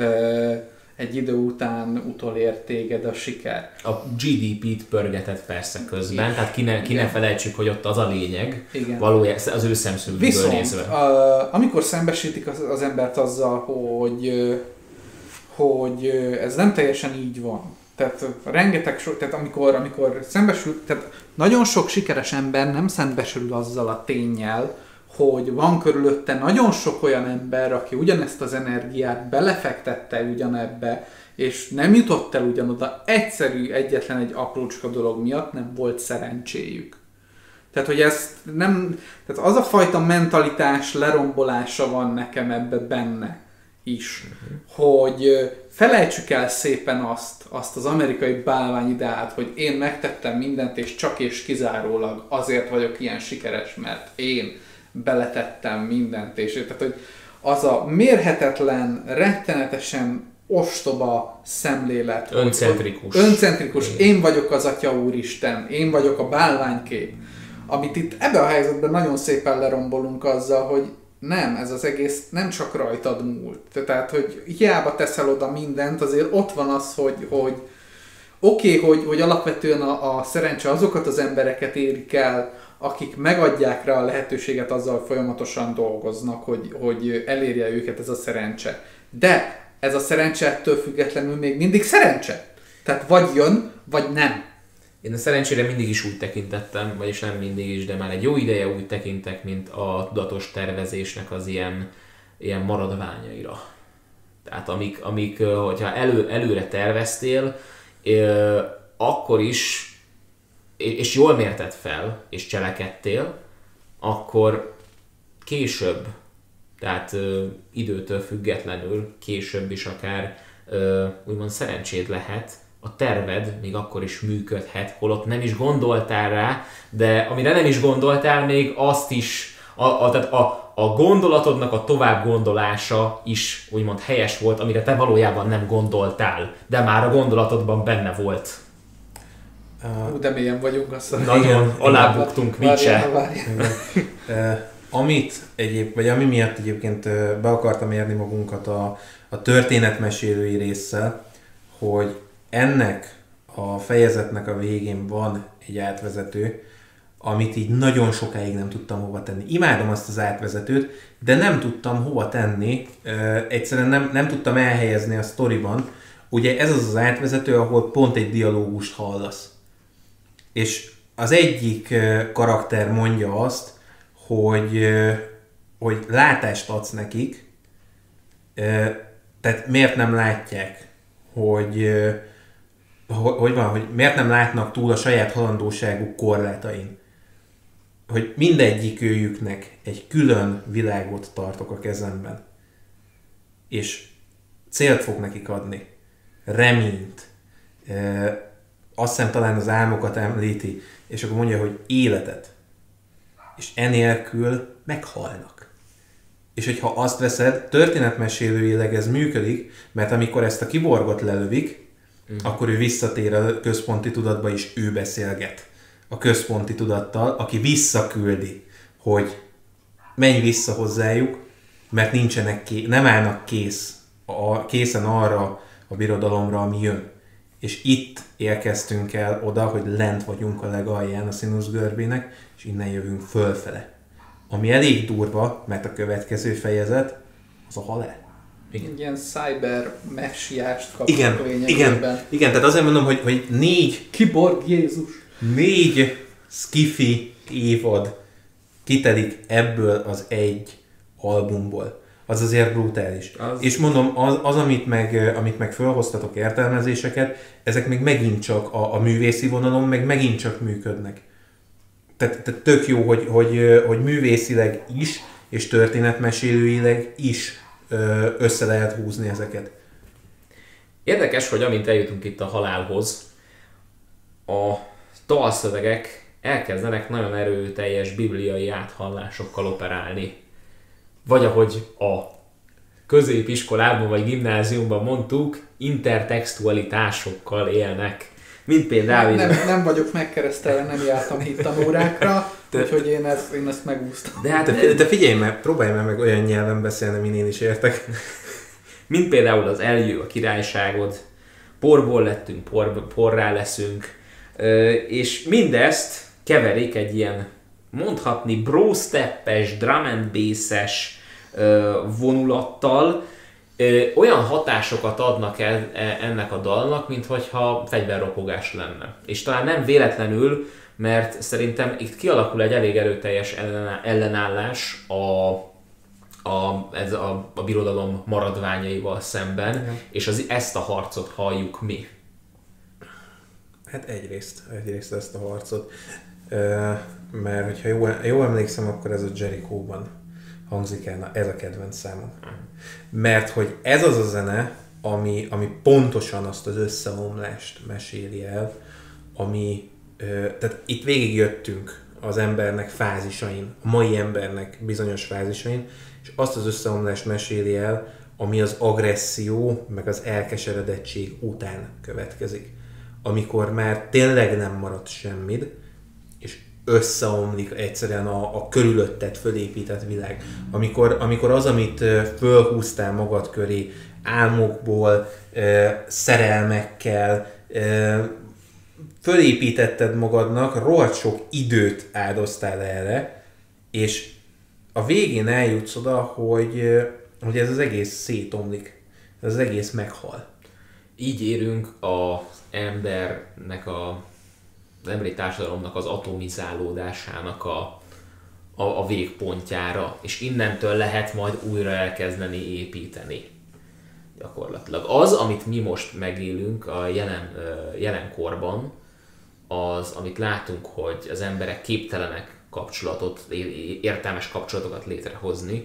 egy idő után utolér téged a siker. A gé dé pét pörgetett persze közben, igen. Tehát ki ne, ki ne felejtsük, hogy ott az a lényeg, igen. Valójában az ő szemszögből Viszont, nézve. A, amikor szembesítik az, az embert azzal, hogy, hogy ez nem teljesen így van. Tehát rengeteg sok, tehát amikor, amikor szembesül, tehát nagyon sok sikeres ember nem szembesül azzal a ténnyel, hogy van körülötte nagyon sok olyan ember, aki ugyanezt az energiát belefektette ugyanebbe, és nem jutott el ugyanoda, egyszerű, egyetlen egy aprócska dolog miatt nem volt szerencséjük. Tehát, hogy ez nem, tehát az a fajta mentalitás lerombolása van nekem ebbe benne is, uh-huh. hogy felejtsük el szépen azt, azt az amerikai bálványideát, hogy én megtettem mindent, és csak és kizárólag azért vagyok ilyen sikeres, mert én beletettem mindent, és tehát, hogy az a mérhetetlen, rettenetesen ostoba szemlélet. Öncentrikus. Öncentrikus. Én vagyok az Atya Úristen, én vagyok a bálványkép. Amit itt ebben a helyzetben nagyon szépen lerombolunk azzal, hogy nem, ez az egész nem csak rajtad múlt. Tehát, hogy hiába teszel oda mindent, azért ott van az, hogy, hogy oké, okay, hogy, hogy alapvetően a, a szerencse azokat az embereket érik el, akik megadják rá a lehetőséget, azzal folyamatosan dolgoznak, hogy, hogy elérje őket ez a szerencse. De ez a szerencse ettől függetlenül még mindig szerencse. Tehát vagy jön, vagy nem. Én a szerencsére mindig is úgy tekintettem, vagyis nem mindig is, de már egy jó ideje úgy tekintek, mint a tudatos tervezésnek az ilyen, ilyen maradványaira. Tehát amik, amik hogyha elő, előre terveztél, akkor is, és jól mérted fel, és cselekedtél, akkor később, tehát ö, időtől függetlenül, később is akár ö, úgymond szerencséd lehet, a terved még akkor is működhet, holott nem is gondoltál rá, de amire nem is gondoltál még, azt is, a, a, tehát a, a gondolatodnak a tovább gondolása is úgymond helyes volt, amire te valójában nem gondoltál, de már a gondolatodban benne volt. Uh, de mélyen vagyunk, azt nagyon alábuktunk, mit se. uh, amit egyéb, vagy ami miatt egyébként be akartam érni magunkat a, a történetmesélői résszel, hogy ennek a fejezetnek a végén van egy átvezető, amit így nagyon sokáig nem tudtam hova tenni. Imádom azt az átvezetőt, de nem tudtam hova tenni, uh, egyszerűen nem, nem tudtam elhelyezni a sztoriban. Ugye ez az az átvezető, ahol pont egy dialógust hallasz. És az egyik uh, karakter mondja azt, hogy, uh, hogy látást adsz nekik, uh, tehát miért nem látják, hogy, uh, hogy van, hogy miért nem látnak túl a saját halandóságuk korlátain. Hogy mindegyik őjüknek egy külön világot tartok a kezemben. És célt fog nekik adni. Reményt. E, azt hiszem talán az álmokat említi. És akkor mondja, hogy életet. És enélkül meghalnak. És hogyha azt veszed, történetmesélőileg ez működik, mert amikor ezt a kiborgot lelövik, mm. akkor ő visszatér a központi tudatba, és ő beszélget a központi tudattal, aki visszaküldi, hogy menj vissza hozzájuk, mert nincsenek ké- nem állnak kész, a, készen arra a birodalomra, ami jön. És itt érkeztünk el oda, hogy lent vagyunk a legalján a Sinus görbének, és innen jövünk fölfele. Ami elég durva, mert a következő fejezet az a halál. Igen. Ilyen cyber messiást kapnak igen, lényegében. Igen, igen, tehát azért mondom, hogy, hogy négy... Kiborg Jézus. Négy skifi évad kitelik ebből az egy albumból. Az azért brutális. Az... És mondom, az, az amit, meg, amit meg felhoztatok értelmezéseket, ezek még megint csak a, a művészi vonalon, meg megint csak működnek. Tehát, tehát tök jó, hogy, hogy, hogy művészileg is, és történetmesélőileg is össze lehet húzni ezeket. Érdekes, hogy amint eljutunk itt a halálhoz, a dalszövegek elkezdenek nagyon erőteljes bibliai áthallásokkal operálni. Vagy ahogy a középiskolában vagy gimnáziumban mondtuk, intertextualitásokkal élnek. Mint például... Nem, nem, nem vagyok megkeresztelve, nem jártam hittanórákra, úgyhogy én ezt, én ezt megúsztam. De hát te, te figyelj meg, próbálj meg olyan nyelven beszélni, min én is értek. Mint például az eljő a királyságod, porból lettünk, por, porrá leszünk, és mindezt keverik egy ilyen, mondhatni, bro-steppes, drum and bass-es vonulattal, olyan hatásokat adnak el ennek a dalnak, minthogyha fegyverropogás lenne. És talán nem véletlenül, mert szerintem itt kialakul egy elég erőteljes ellenállás a, a, ez a, a birodalom maradványaival szemben, igen. És az, ezt a harcot halljuk mi. Hát egyrészt, egyrészt ezt a harcot, mert hogyha jól, jól emlékszem, akkor ez a Jericho-ban hangzik el, na ez a kedvenc számom. Mert hogy ez az a zene, ami, ami pontosan azt az összeomlást meséli el, ami, tehát itt végigjöttünk az embernek fázisain, a mai embernek bizonyos fázisain, és azt az összeomlást meséli el, ami az agresszió, meg az elkeseredettség után következik. Amikor már tényleg nem marad semmid, és összeomlik egyszerűen a, a körülötted fölépített világ. Amikor, amikor az, amit fölhúztál magad köré, álmokból, szerelmekkel, fölépítetted magadnak, rohadt sok időt áldoztál erre, és a végén eljutsz oda, hogy, hogy ez az egész szétomlik, ez az egész meghal. Így érünk az embernek, a, az emberi társadalomnak az atomizálódásának a, a, a végpontjára, és innentől lehet majd újra elkezdeni építeni. Gyakorlatilag. Az, amit mi most megélünk a jelen, jelenkorban, az, amit látunk, hogy az emberek képtelenek kapcsolatot, értelmes kapcsolatokat létrehozni,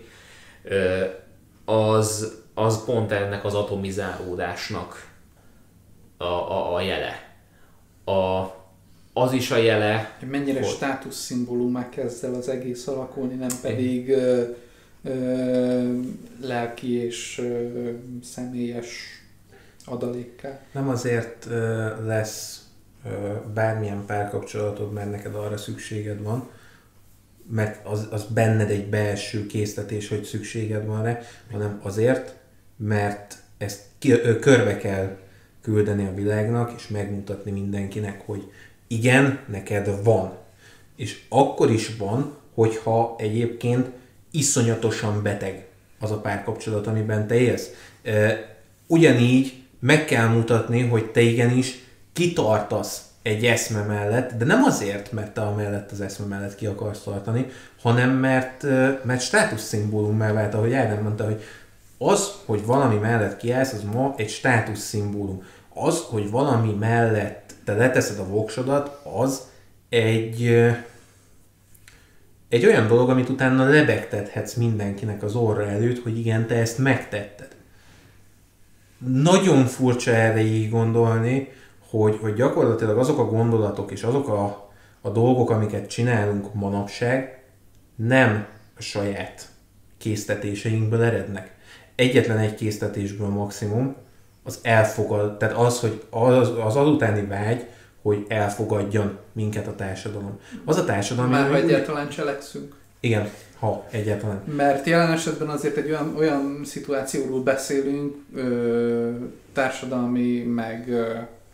az, az pont ennek az atomizálódásnak a, a, a jele. A, az is a jele... Mennyire hogy... státuszszimbólumá kezd el az egész alakulni, nem pedig ö, ö, lelki és ö, személyes adalékká. Nem azért ö, lesz ö, bármilyen párkapcsolatod, mert neked arra szükséged van, mert az, az benned egy belső késztetés, hogy szükséged van rá, hanem azért, mert ezt ki, ö, körbe kell küldeni a világnak, és megmutatni mindenkinek, hogy igen, neked van. És akkor is van, hogyha egyébként iszonyatosan beteg az a párkapcsolat, amiben te élsz. Ugyanígy meg kell mutatni, hogy te igenis kitartasz egy eszme mellett, de nem azért, mert te amellett az eszme mellett ki akarsz tartani, hanem mert, mert státuszszimbólummá vált, ahogy Ádám mondta, hogy az, hogy valami mellett kiállsz, az ma egy státuszszimbólum. Az, hogy valami mellett te leteszed a voksodat, az egy, egy olyan dolog, amit utána lebegtethetsz mindenkinek az orra előtt, hogy igen, te ezt megtetted. Nagyon furcsa erre így gondolni, hogy, hogy gyakorlatilag azok a gondolatok és azok a, a dolgok, amiket csinálunk manapság, nem a saját késztetéseinkből erednek. Egyetlen egy késztetésből maximum az elfogad, tehát az, hogy az, az azutáni vágy, hogy elfogadjon minket a társadalom. Az a társadalom... Már ha egyáltalán cselekszünk. Igen, ha egyáltalán. Mert jelen esetben azért egy olyan, olyan szituációról beszélünk, ö, társadalmi, meg ö,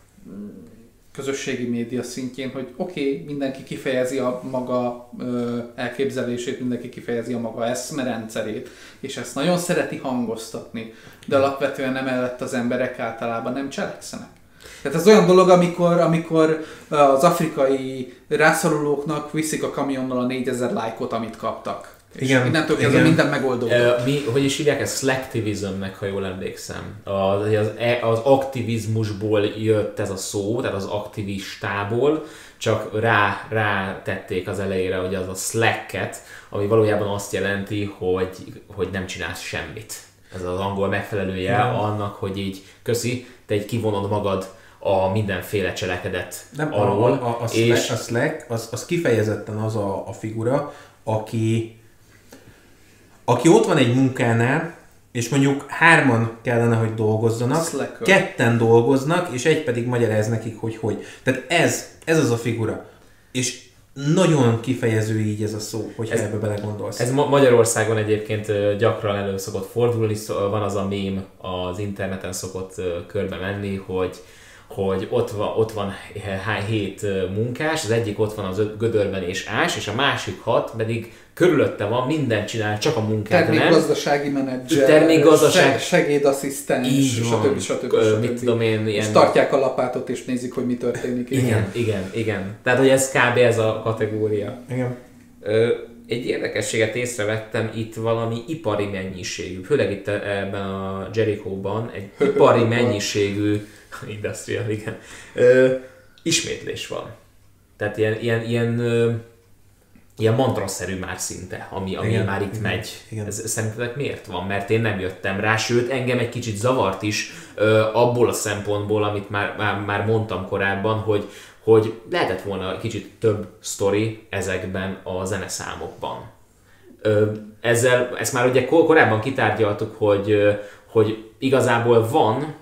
közösségi média szintjén, hogy oké, okay, mindenki kifejezi a maga ö, elképzelését, mindenki kifejezi a maga eszmerendszerét, és ezt nagyon szereti hangoztatni, de alapvetően emellett az emberek általában nem cselekszenek. Tehát ez olyan dolog, amikor, amikor az afrikai rászorulóknak viszik a kamionnal a négyezer lájkot, amit kaptak. Igen, és innentől kezdve minden megoldódott. Uh, mi, hogy is hívják ezt? Slacktivismnek, ha jól emlékszem. Az, az, az aktivizmusból jött ez a szó, tehát az aktivistából, csak rá, rá tették az elejére, hogy az a slacket, ami valójában azt jelenti, hogy, hogy nem csinálsz semmit. Ez az angol megfelelője yeah. annak, hogy így köszi, te egy kivonod magad a mindenféle cselekedet nem, alól. A, a, a, és... slack, a slack az, az kifejezetten az a, a figura, aki, aki ott van egy munkánál, és mondjuk hárman kellene, hogy dolgozzanak, Slacker. ketten dolgoznak, és egy pedig magyaráz nekik, hogy hogy. Tehát ez, ez az a figura. És nagyon kifejező így ez a szó, hogyha ebbe belegondolsz. Ez Ma- Magyarországon egyébként gyakran elő szokott fordulni, van az a mém, az interneten szokott körbe menni, hogy hogy ott van, ott van hét munkás, az egyik ott van az gödörben és ás, és a másik hat pedig körülötte van, mindent csinál, csak a munkát nem. Termékgazdasági menedzser, termékgazdaság... segédasszisztens, stb. stb. Mit tudom én, ilyen... És tartják a lapátot és nézik, hogy mi történik. Igen, igen, igen. igen. Tehát, hogy ez kb. Ez a kategória. Igen. Ö, egy érdekességet észrevettem itt valami ipari mennyiségű, főleg itt ebben a Jericho-ban egy ipari mennyiségű industrial, igen. Ö, ismétlés van. Tehát ilyen, ilyen, ilyen, ö, ilyen mantraszerű már szinte, ami, ami igen, már itt igen, megy. Igen. Ez szerintetek miért van? Mert én nem jöttem rá, sőt engem egy kicsit zavart is ö, abból a szempontból, amit már, már, már mondtam korábban, hogy, hogy lehetett volna kicsit több sztori ezekben a zeneszámokban. Ö, ezzel, ezt már ugye korábban kitárgyaltuk, hogy, hogy igazából van,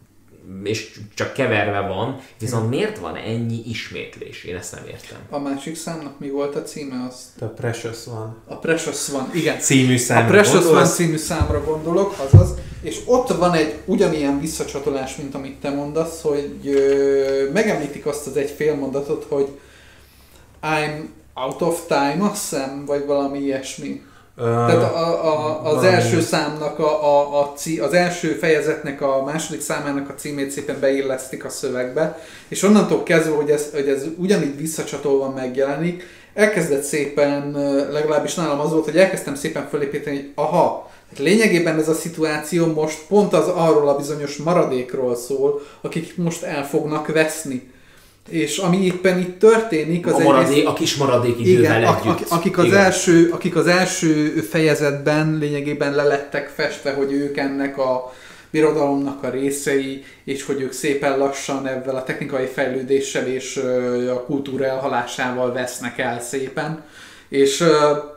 és csak keverve van, viszont miért van ennyi ismétlés? Én ezt nem értem. A másik számnak mi volt a címe? Azt? A Precious One. A Precious One, igen. Című számra A Precious gondolsz? One című számra gondolok, azaz. És ott van egy ugyanilyen visszacsatolás, mint amit te mondasz, hogy ö, megemlítik azt az egy fél mondatot, hogy I'm out of time, azt hiszem, vagy valami ilyesmi. Uh, Tehát a, a, az első számnak, a, a, a cí, az első fejezetnek a második számának a címét szépen beillesztik a szövegbe, és onnantól kezdve, hogy ez, hogy ez ugyanígy visszacsatolva megjelenik, elkezdett szépen, legalábbis nálam az volt, hogy elkezdtem szépen fölépíteni, hogy aha, lényegében ez a szituáció most pont az arról a bizonyos maradékról szól, akik most el fognak veszni. És ami éppen itt történik... Az a, maradék, egész... a kis maradék idővel igen, együtt. Akik az, első, akik az első fejezetben lényegében lelettek festve, hogy ők ennek a birodalomnak a részei, és hogy ők szépen lassan ebben a technikai fejlődéssel és a kultúra elhalásával vesznek el szépen. És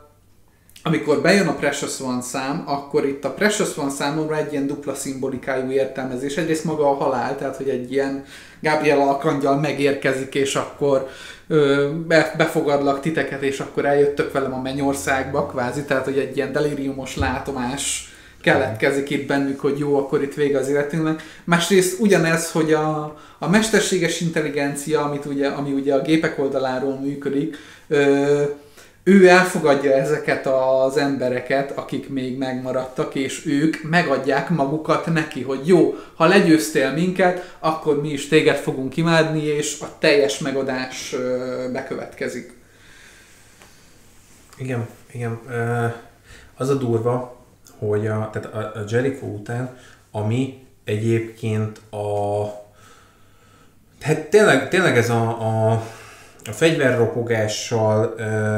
amikor bejön a Precious One szám, akkor itt a Precious One számomra egy ilyen dupla szimbolikájú értelmezés. Egyrészt maga a halál, tehát hogy egy ilyen Gabriel Alkangyal megérkezik, és akkor ö, befogadlak titeket, és akkor eljöttök velem a mennyországba, kvázi, tehát hogy egy ilyen delíriumos látomás keletkezik itt bennük, hogy jó, akkor itt vége az életünknek. Másrészt ugyanez, hogy a, a mesterséges intelligencia, amit ugye, ami ugye a gépek oldaláról működik, ö, ő elfogadja ezeket az embereket, akik még megmaradtak, és ők megadják magukat neki, hogy jó, ha legyőztél minket, akkor mi is téged fogunk imádni, és a teljes megadás bekövetkezik. Igen, igen. Az a durva, hogy a, tehát a Jericho után, ami egyébként a... Tehát tényleg, tényleg ez a, a, a fegyverropogással,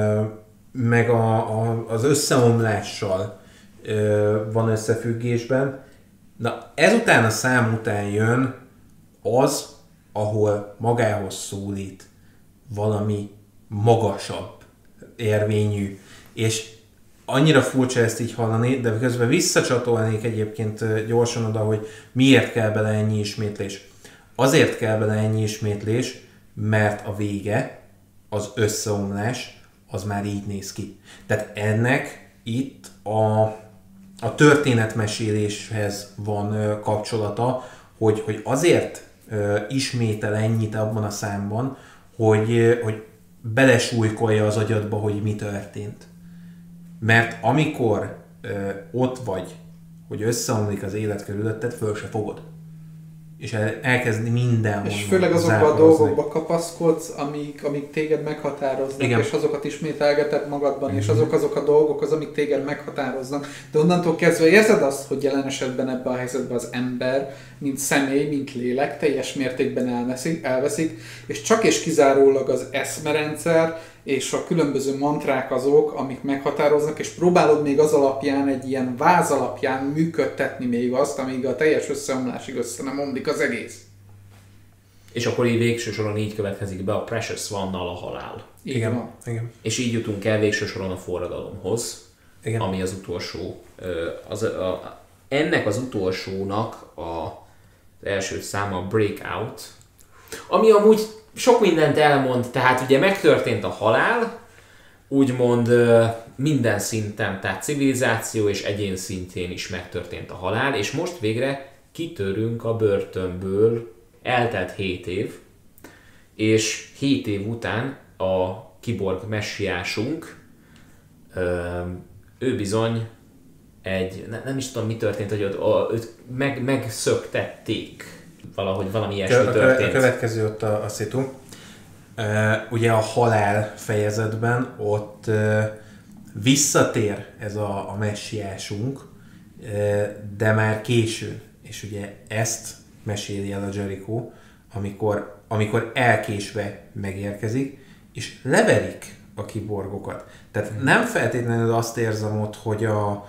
meg a, a, az összeomlással van összefüggésben. Na, ezután a szám után jön az, ahol magához szólít valami magasabb érvényű. És annyira furcsa ezt így hallani, de közben visszacsatolnék egyébként gyorsan oda, hogy miért kell bele ennyi ismétlés. Azért kell bele ennyi ismétlés, mert a vége, az összeomlás, az már így néz ki. Tehát ennek itt a, a történetmeséléshez van kapcsolata, hogy, hogy azért ismétel ennyit abban a számban, hogy, hogy belesújkolja az agyadba, hogy mi történt. Mert amikor ö, ott vagy, hogy összeomlik az élet körülötted, föl se fogod. És el, elkezdi mindenhol. És főleg azokba a dolgokba kapaszkodsz, amik, amik téged meghatároznak, igen. És azokat ismételgeted magadban, mm-hmm. és azok azok a dolgok, az, amik téged meghatároznak. De onnantól kezdve érzed azt, hogy jelen esetben ebben a helyzetben az ember, mint személy, mint lélek teljes mértékben elveszik, elveszik, és csak és kizárólag az eszmerendszer és a különböző mantrák azok, amik meghatároznak, és próbálod még az alapján, egy ilyen váz alapján működtetni még azt, amíg a teljes összeomlásig össze nem omlik az egész. És akkor így végső soron így következik be a Precious One-nal a halál. Igen, igen. És így jutunk el végső soron a forradalomhoz, igen. Ami az utolsó, az, a, ennek az utolsónak a, az első száma Breakout, ami amúgy sok mindent elmond, tehát ugye megtörtént a halál, úgymond minden szinten, tehát civilizáció és egyén szintjén is megtörtént a halál, és most végre kitörünk a börtönből, eltelt hét év, és hét év után a kiborg messiásunk, ő bizony egy, nem is tudom mi történt, hogy őt meg, megszöktették. Valahogy valami ilyesmi történt. A következő ott a, a szitu. Uh, ugye a halál fejezetben ott uh, visszatér ez a, a messiásunk, uh, de már későn. És ugye ezt meséli el a Jericho, amikor, amikor elkésve megérkezik, és leverik a kiborgokat. Tehát hmm. nem feltétlenül azt érzem ott, hogy a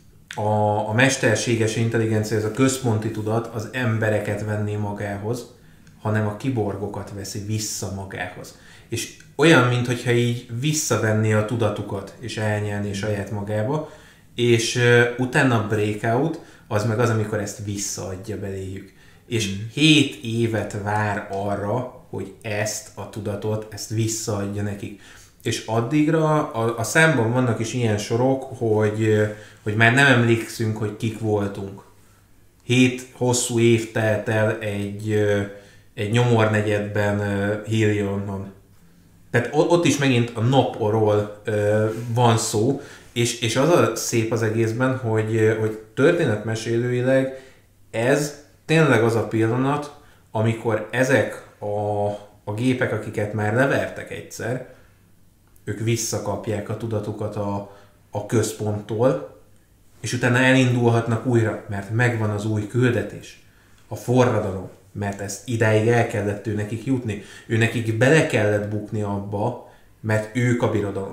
A, a mesterséges intelligencia, ez a központi tudat az embereket venné magához, hanem a kiborgokat veszi vissza magához. És olyan, mintha így visszavenné a tudatukat, és elnyelné saját magába, és uh, utána a Breakout, az meg az, amikor ezt visszaadja beléjük. És mm. hét évet vár arra, hogy ezt a tudatot, ezt visszaadja nekik. És addigra a, a számban vannak is ilyen sorok, hogy, hogy már nem emlékszünk, hogy kik voltunk. Hét hosszú év telt el egy, egy nyomornegyedben Helionon. Tehát ott is megint a napról van szó, és, és az a szép az egészben, hogy, hogy történetmesélőileg ez tényleg az a pillanat, amikor ezek a, a gépek, akiket már levertek egyszer, ők visszakapják a tudatukat a, a központtól, és utána elindulhatnak újra, mert megvan az új küldetés, a forradalom, mert ezt idáig el kellett ő nekik jutni. Ő nekik bele kellett bukni abba, mert ők a birodalom.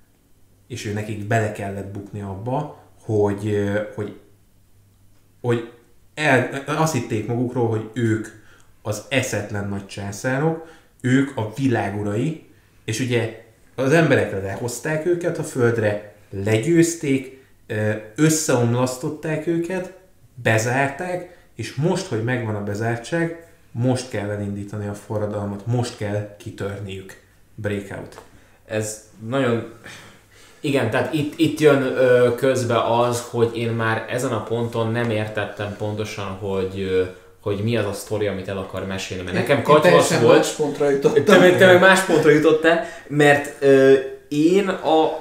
És ő nekik bele kellett bukni abba, hogy, hogy, hogy el, azt hitték magukról, hogy ők az eszetlen nagy császárok, ők a világ urai, és ugye az emberekre lehozták őket a földre, legyőzték, összeomlasztották őket, bezárták, és most, hogy megvan a bezártság, most kell elindítani a forradalmat, most kell kitörniük. Breakout. Ez nagyon... Igen, tehát itt, itt jön ö, közbe az, hogy én már ezen a ponton nem értettem pontosan, hogy, ö, hogy mi az a sztori, amit el akar mesélni. Mert nekem katyvasz volt. Más pontra jutottam. Te, te meg más pontra jutottál, mert ö, én a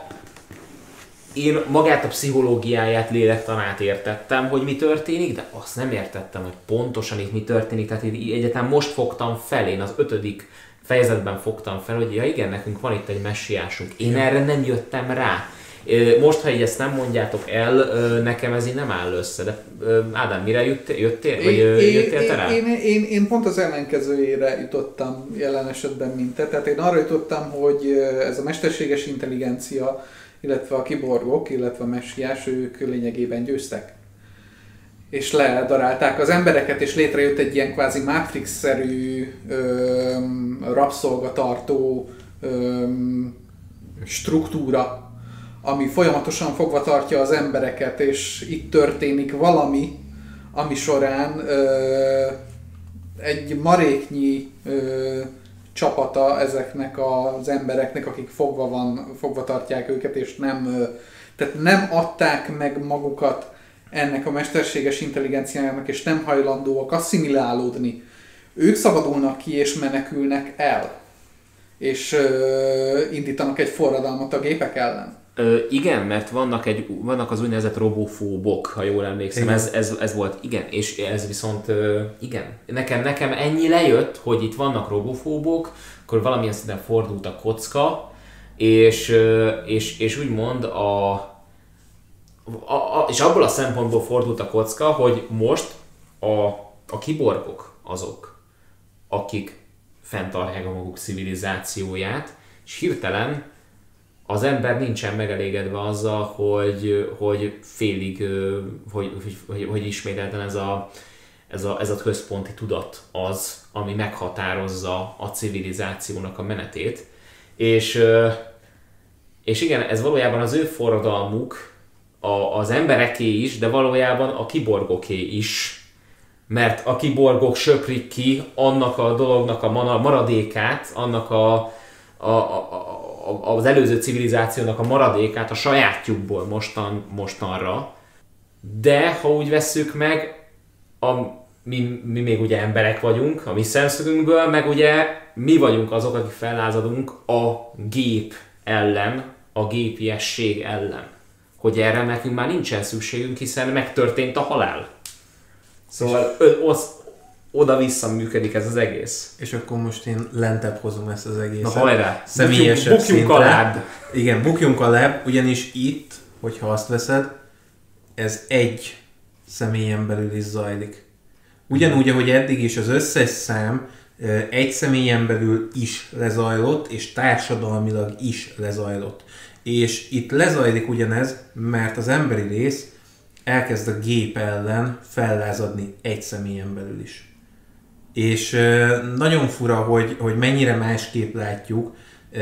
én magát a pszichológiáját, lélektanát értettem, hogy mi történik, de azt nem értettem, hogy pontosan itt mi történik. Tehát így egyetem most fogtam fel, én az ötödik fejezetben fogtam fel, hogy ja igen, nekünk van itt egy messiásunk. Én erre nem jöttem rá. Most, ha így ezt nem mondjátok el, nekem ez így nem áll össze. De Ádám, mire jöttél? jöttél vagy én, jöttél te rá? Én, én, én pont az ellenkezőjére jutottam jelen esetben, mint te. Tehát én arra jutottam, hogy ez a mesterséges intelligencia, illetve a kiborgok, illetve a messiás, ők lényegében győztek. És ledarálták az embereket, és létrejött egy ilyen kvázi Matrix-szerű ö, rabszolgatartó ö, struktúra, ami folyamatosan fogva tartja az embereket, és itt történik valami, ami során ö, egy maréknyi ö, csapata ezeknek az embereknek, akik fogva, van, fogva tartják őket, és nem, tehát nem adták meg magukat ennek a mesterséges intelligenciájának, és nem hajlandóak asszimilálódni. Ők szabadulnak ki és menekülnek el, és ö, indítanak egy forradalmat a gépek ellen. Ö, igen, mert vannak, egy, vannak az úgynevezett robofóbok, ha jól emlékszem, ez, ez, ez volt, igen, és ez viszont, ö, igen, nekem, nekem ennyi lejött, hogy itt vannak robofóbok, akkor valamilyen szinten fordult a kocka, és, ö, és, és úgymond a, a, a, és abból a szempontból fordult a kocka, hogy most a, a kiborgok azok, akik fenntartják a maguk civilizációját, és hirtelen az ember nincsen megelégedve azzal, hogy, hogy félig, hogy, hogy, hogy, hogy ismételten ez a, ez, a, ez a központi tudat az, ami meghatározza a civilizációnak a menetét. És, és igen, ez valójában az ő forradalmuk, a, az embereké is, de valójában a kiborgoké is, mert a kiborgok söprik ki annak a dolognak a maradékát, annak a, a, a, a, az előző civilizációnak a maradékát a sajátjukból mostan, mostanra. De ha úgy vesszük meg, a, mi, mi még ugye emberek vagyunk, a mi szemszögünkből, meg ugye mi vagyunk azok, akik fellázadunk a gép ellen, a gépiesség ellen. Hogy erre nekünk már nincsen szükségünk, hiszen megtörtént a halál. Szóval oda-vissza működik ez az egész. És akkor most én lentebb hozom ezt az egészet. Na hajrá! Személyesebb bukjunk, bukjunk alább! Igen, bukjunk alább, ugyanis itt, hogyha azt veszed, ez egy személyen belül is zajlik. Ugyanúgy, ahogy eddig is az összes szám egy személyen belül is lezajlott, és társadalmilag is lezajlott. És itt lezajlik ugyanez, mert az emberi rész elkezd a gép ellen fellázadni egy személyen belül is. És nagyon fura, hogy, hogy mennyire másképp látjuk,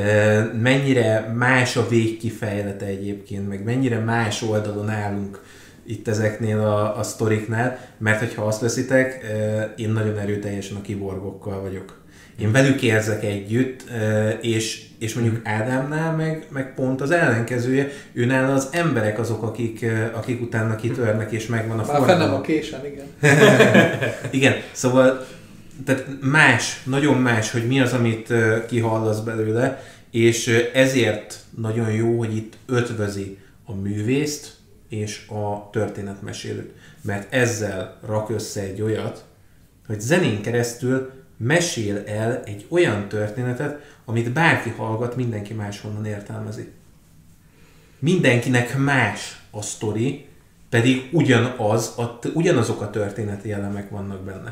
mennyire más a végkifejlete egyébként, meg mennyire más oldalon állunk itt ezeknél a, a sztoriknál, mert hogyha azt veszitek, én nagyon erőteljesen a kiborgokkal vagyok. Én velük érzek együtt, és, és mondjuk Ádámnál meg, meg pont az ellenkezője, őnál az emberek azok, akik, akik utána kitörnek, és megvan a forradalom. Már fennem a késen, igen. Igen, szóval tehát más, nagyon más, hogy mi az, amit kihallasz belőle, és ezért nagyon jó, hogy itt ötvözi a művészt és a történetmesélőt. Mert ezzel rak össze egy olyat, hogy zenén keresztül mesél el egy olyan történetet, amit bárki hallgat, mindenki máshonnan értelmezi. Mindenkinek más a sztori, pedig ugyanaz, a, ugyanazok a történeti elemek vannak benne.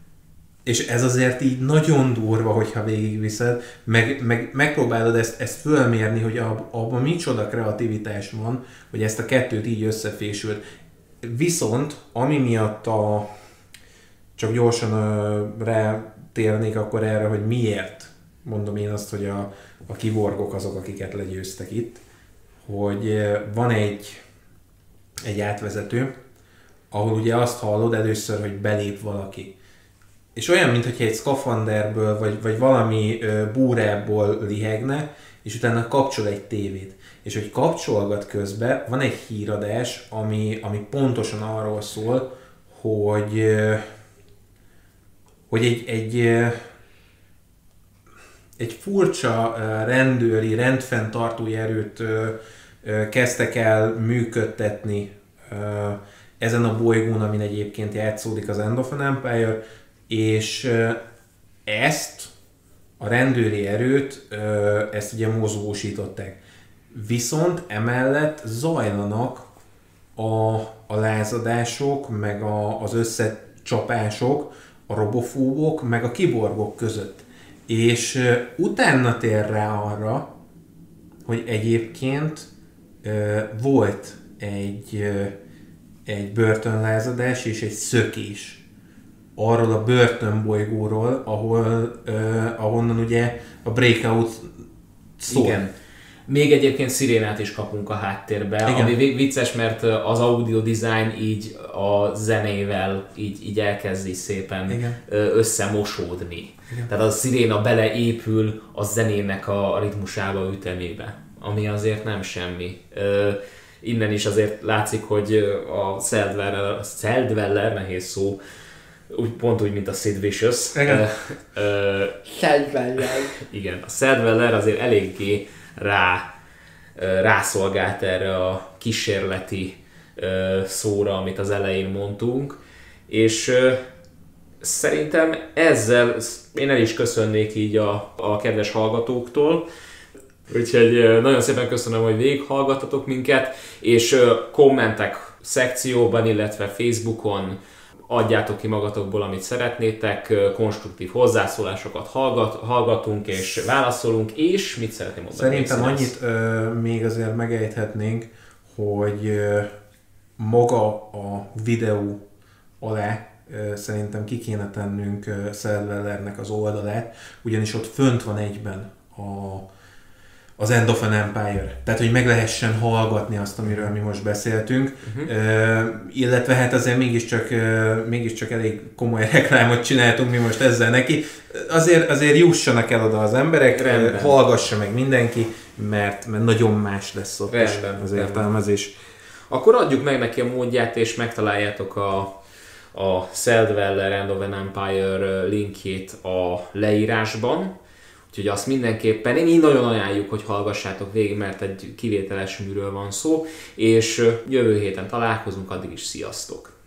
És ez azért így nagyon durva, hogyha végigviszed, meg, meg megpróbálod ezt, ezt fölmérni, hogy abban micsoda kreativitás van, hogy ezt a kettőt így összefésült. Viszont, ami miatt a, csak gyorsan uh, rátérnék akkor erre, hogy miért mondom én azt, hogy a, a kiborgok azok, akiket legyőztek itt, hogy uh, van egy, egy átvezető, ahol ugye azt hallod először, hogy belép valaki. És olyan, mintha egy szkafanderből, vagy, vagy valami uh, búrából lihegne, és utána kapcsol egy tévét. És hogy kapcsolgat közben, van egy híradás, ami, ami pontosan arról szól, hogy, hogy egy, egy, egy furcsa rendőri, rendfenntartói erőt kezdtek el működtetni ezen a bolygón, amin egyébként játszódik az End of an Empire, és ezt a rendőri erőt, ezt ugye mozgósították. Viszont emellett zajlanak a, a lázadások, meg a, az összecsapások a robofóbok, meg a kiborgok között. És utána tér rá arra, hogy egyébként volt egy, egy börtönlázadás és egy szökés arról a börtönbolygóról, ahol, uh, ahonnan ugye a Breakout szól. Igen. Még egyébként szirénát is kapunk a háttérbe, igen. Ami vicces, mert az audio design így a zenével így, így elkezdi szépen igen. összemosódni. Igen. Tehát a sziréna beleépül a zenének a ritmusába, ütemébe, ami azért nem semmi. Innen is azért látszik, hogy a Celdweller, nehéz szó, úgy, pont úgy, mint a Sid Vicious. Igen. Celdweller. Igen, a Celdweller azért eléggé rá, rászolgált erre a kísérleti szóra, amit az elején mondtunk, és szerintem ezzel én el is köszönnék így a, a kedves hallgatóktól, úgyhogy nagyon szépen köszönöm, hogy végighallgattatok minket, és kommentek szekcióban, illetve Facebookon adjátok ki magatokból, amit szeretnétek, konstruktív hozzászólásokat hallgat, hallgatunk és válaszolunk, és mit szeretném mondani? Szerintem annyit ö, még azért megejthetnénk, hogy ö, maga a videó alá ö, szerintem ki kéne tennünk Celdwellernek az oldalát, ugyanis ott fönt van egyben a az End of an Empire. Tehát, hogy meg lehessen hallgatni azt, amiről mi most beszéltünk. Uh-huh. Uh, illetve hát azért mégiscsak, uh, mégiscsak elég komoly reklámot csináltunk mi most ezzel neki. Azért, azért jussanak el oda az emberek, rendben. Hallgassa meg mindenki, mert, mert nagyon más lesz ott rendben, is az értelmezés. Rendben. Akkor adjuk meg neki a módját, és megtaláljátok a, a Celdweller End of an Empire linkjét a leírásban. Úgyhogy azt mindenképpen, én így nagyon ajánljuk, hogy hallgassátok végig, mert egy kivételes műről van szó, és jövő héten találkozunk, addig is sziasztok!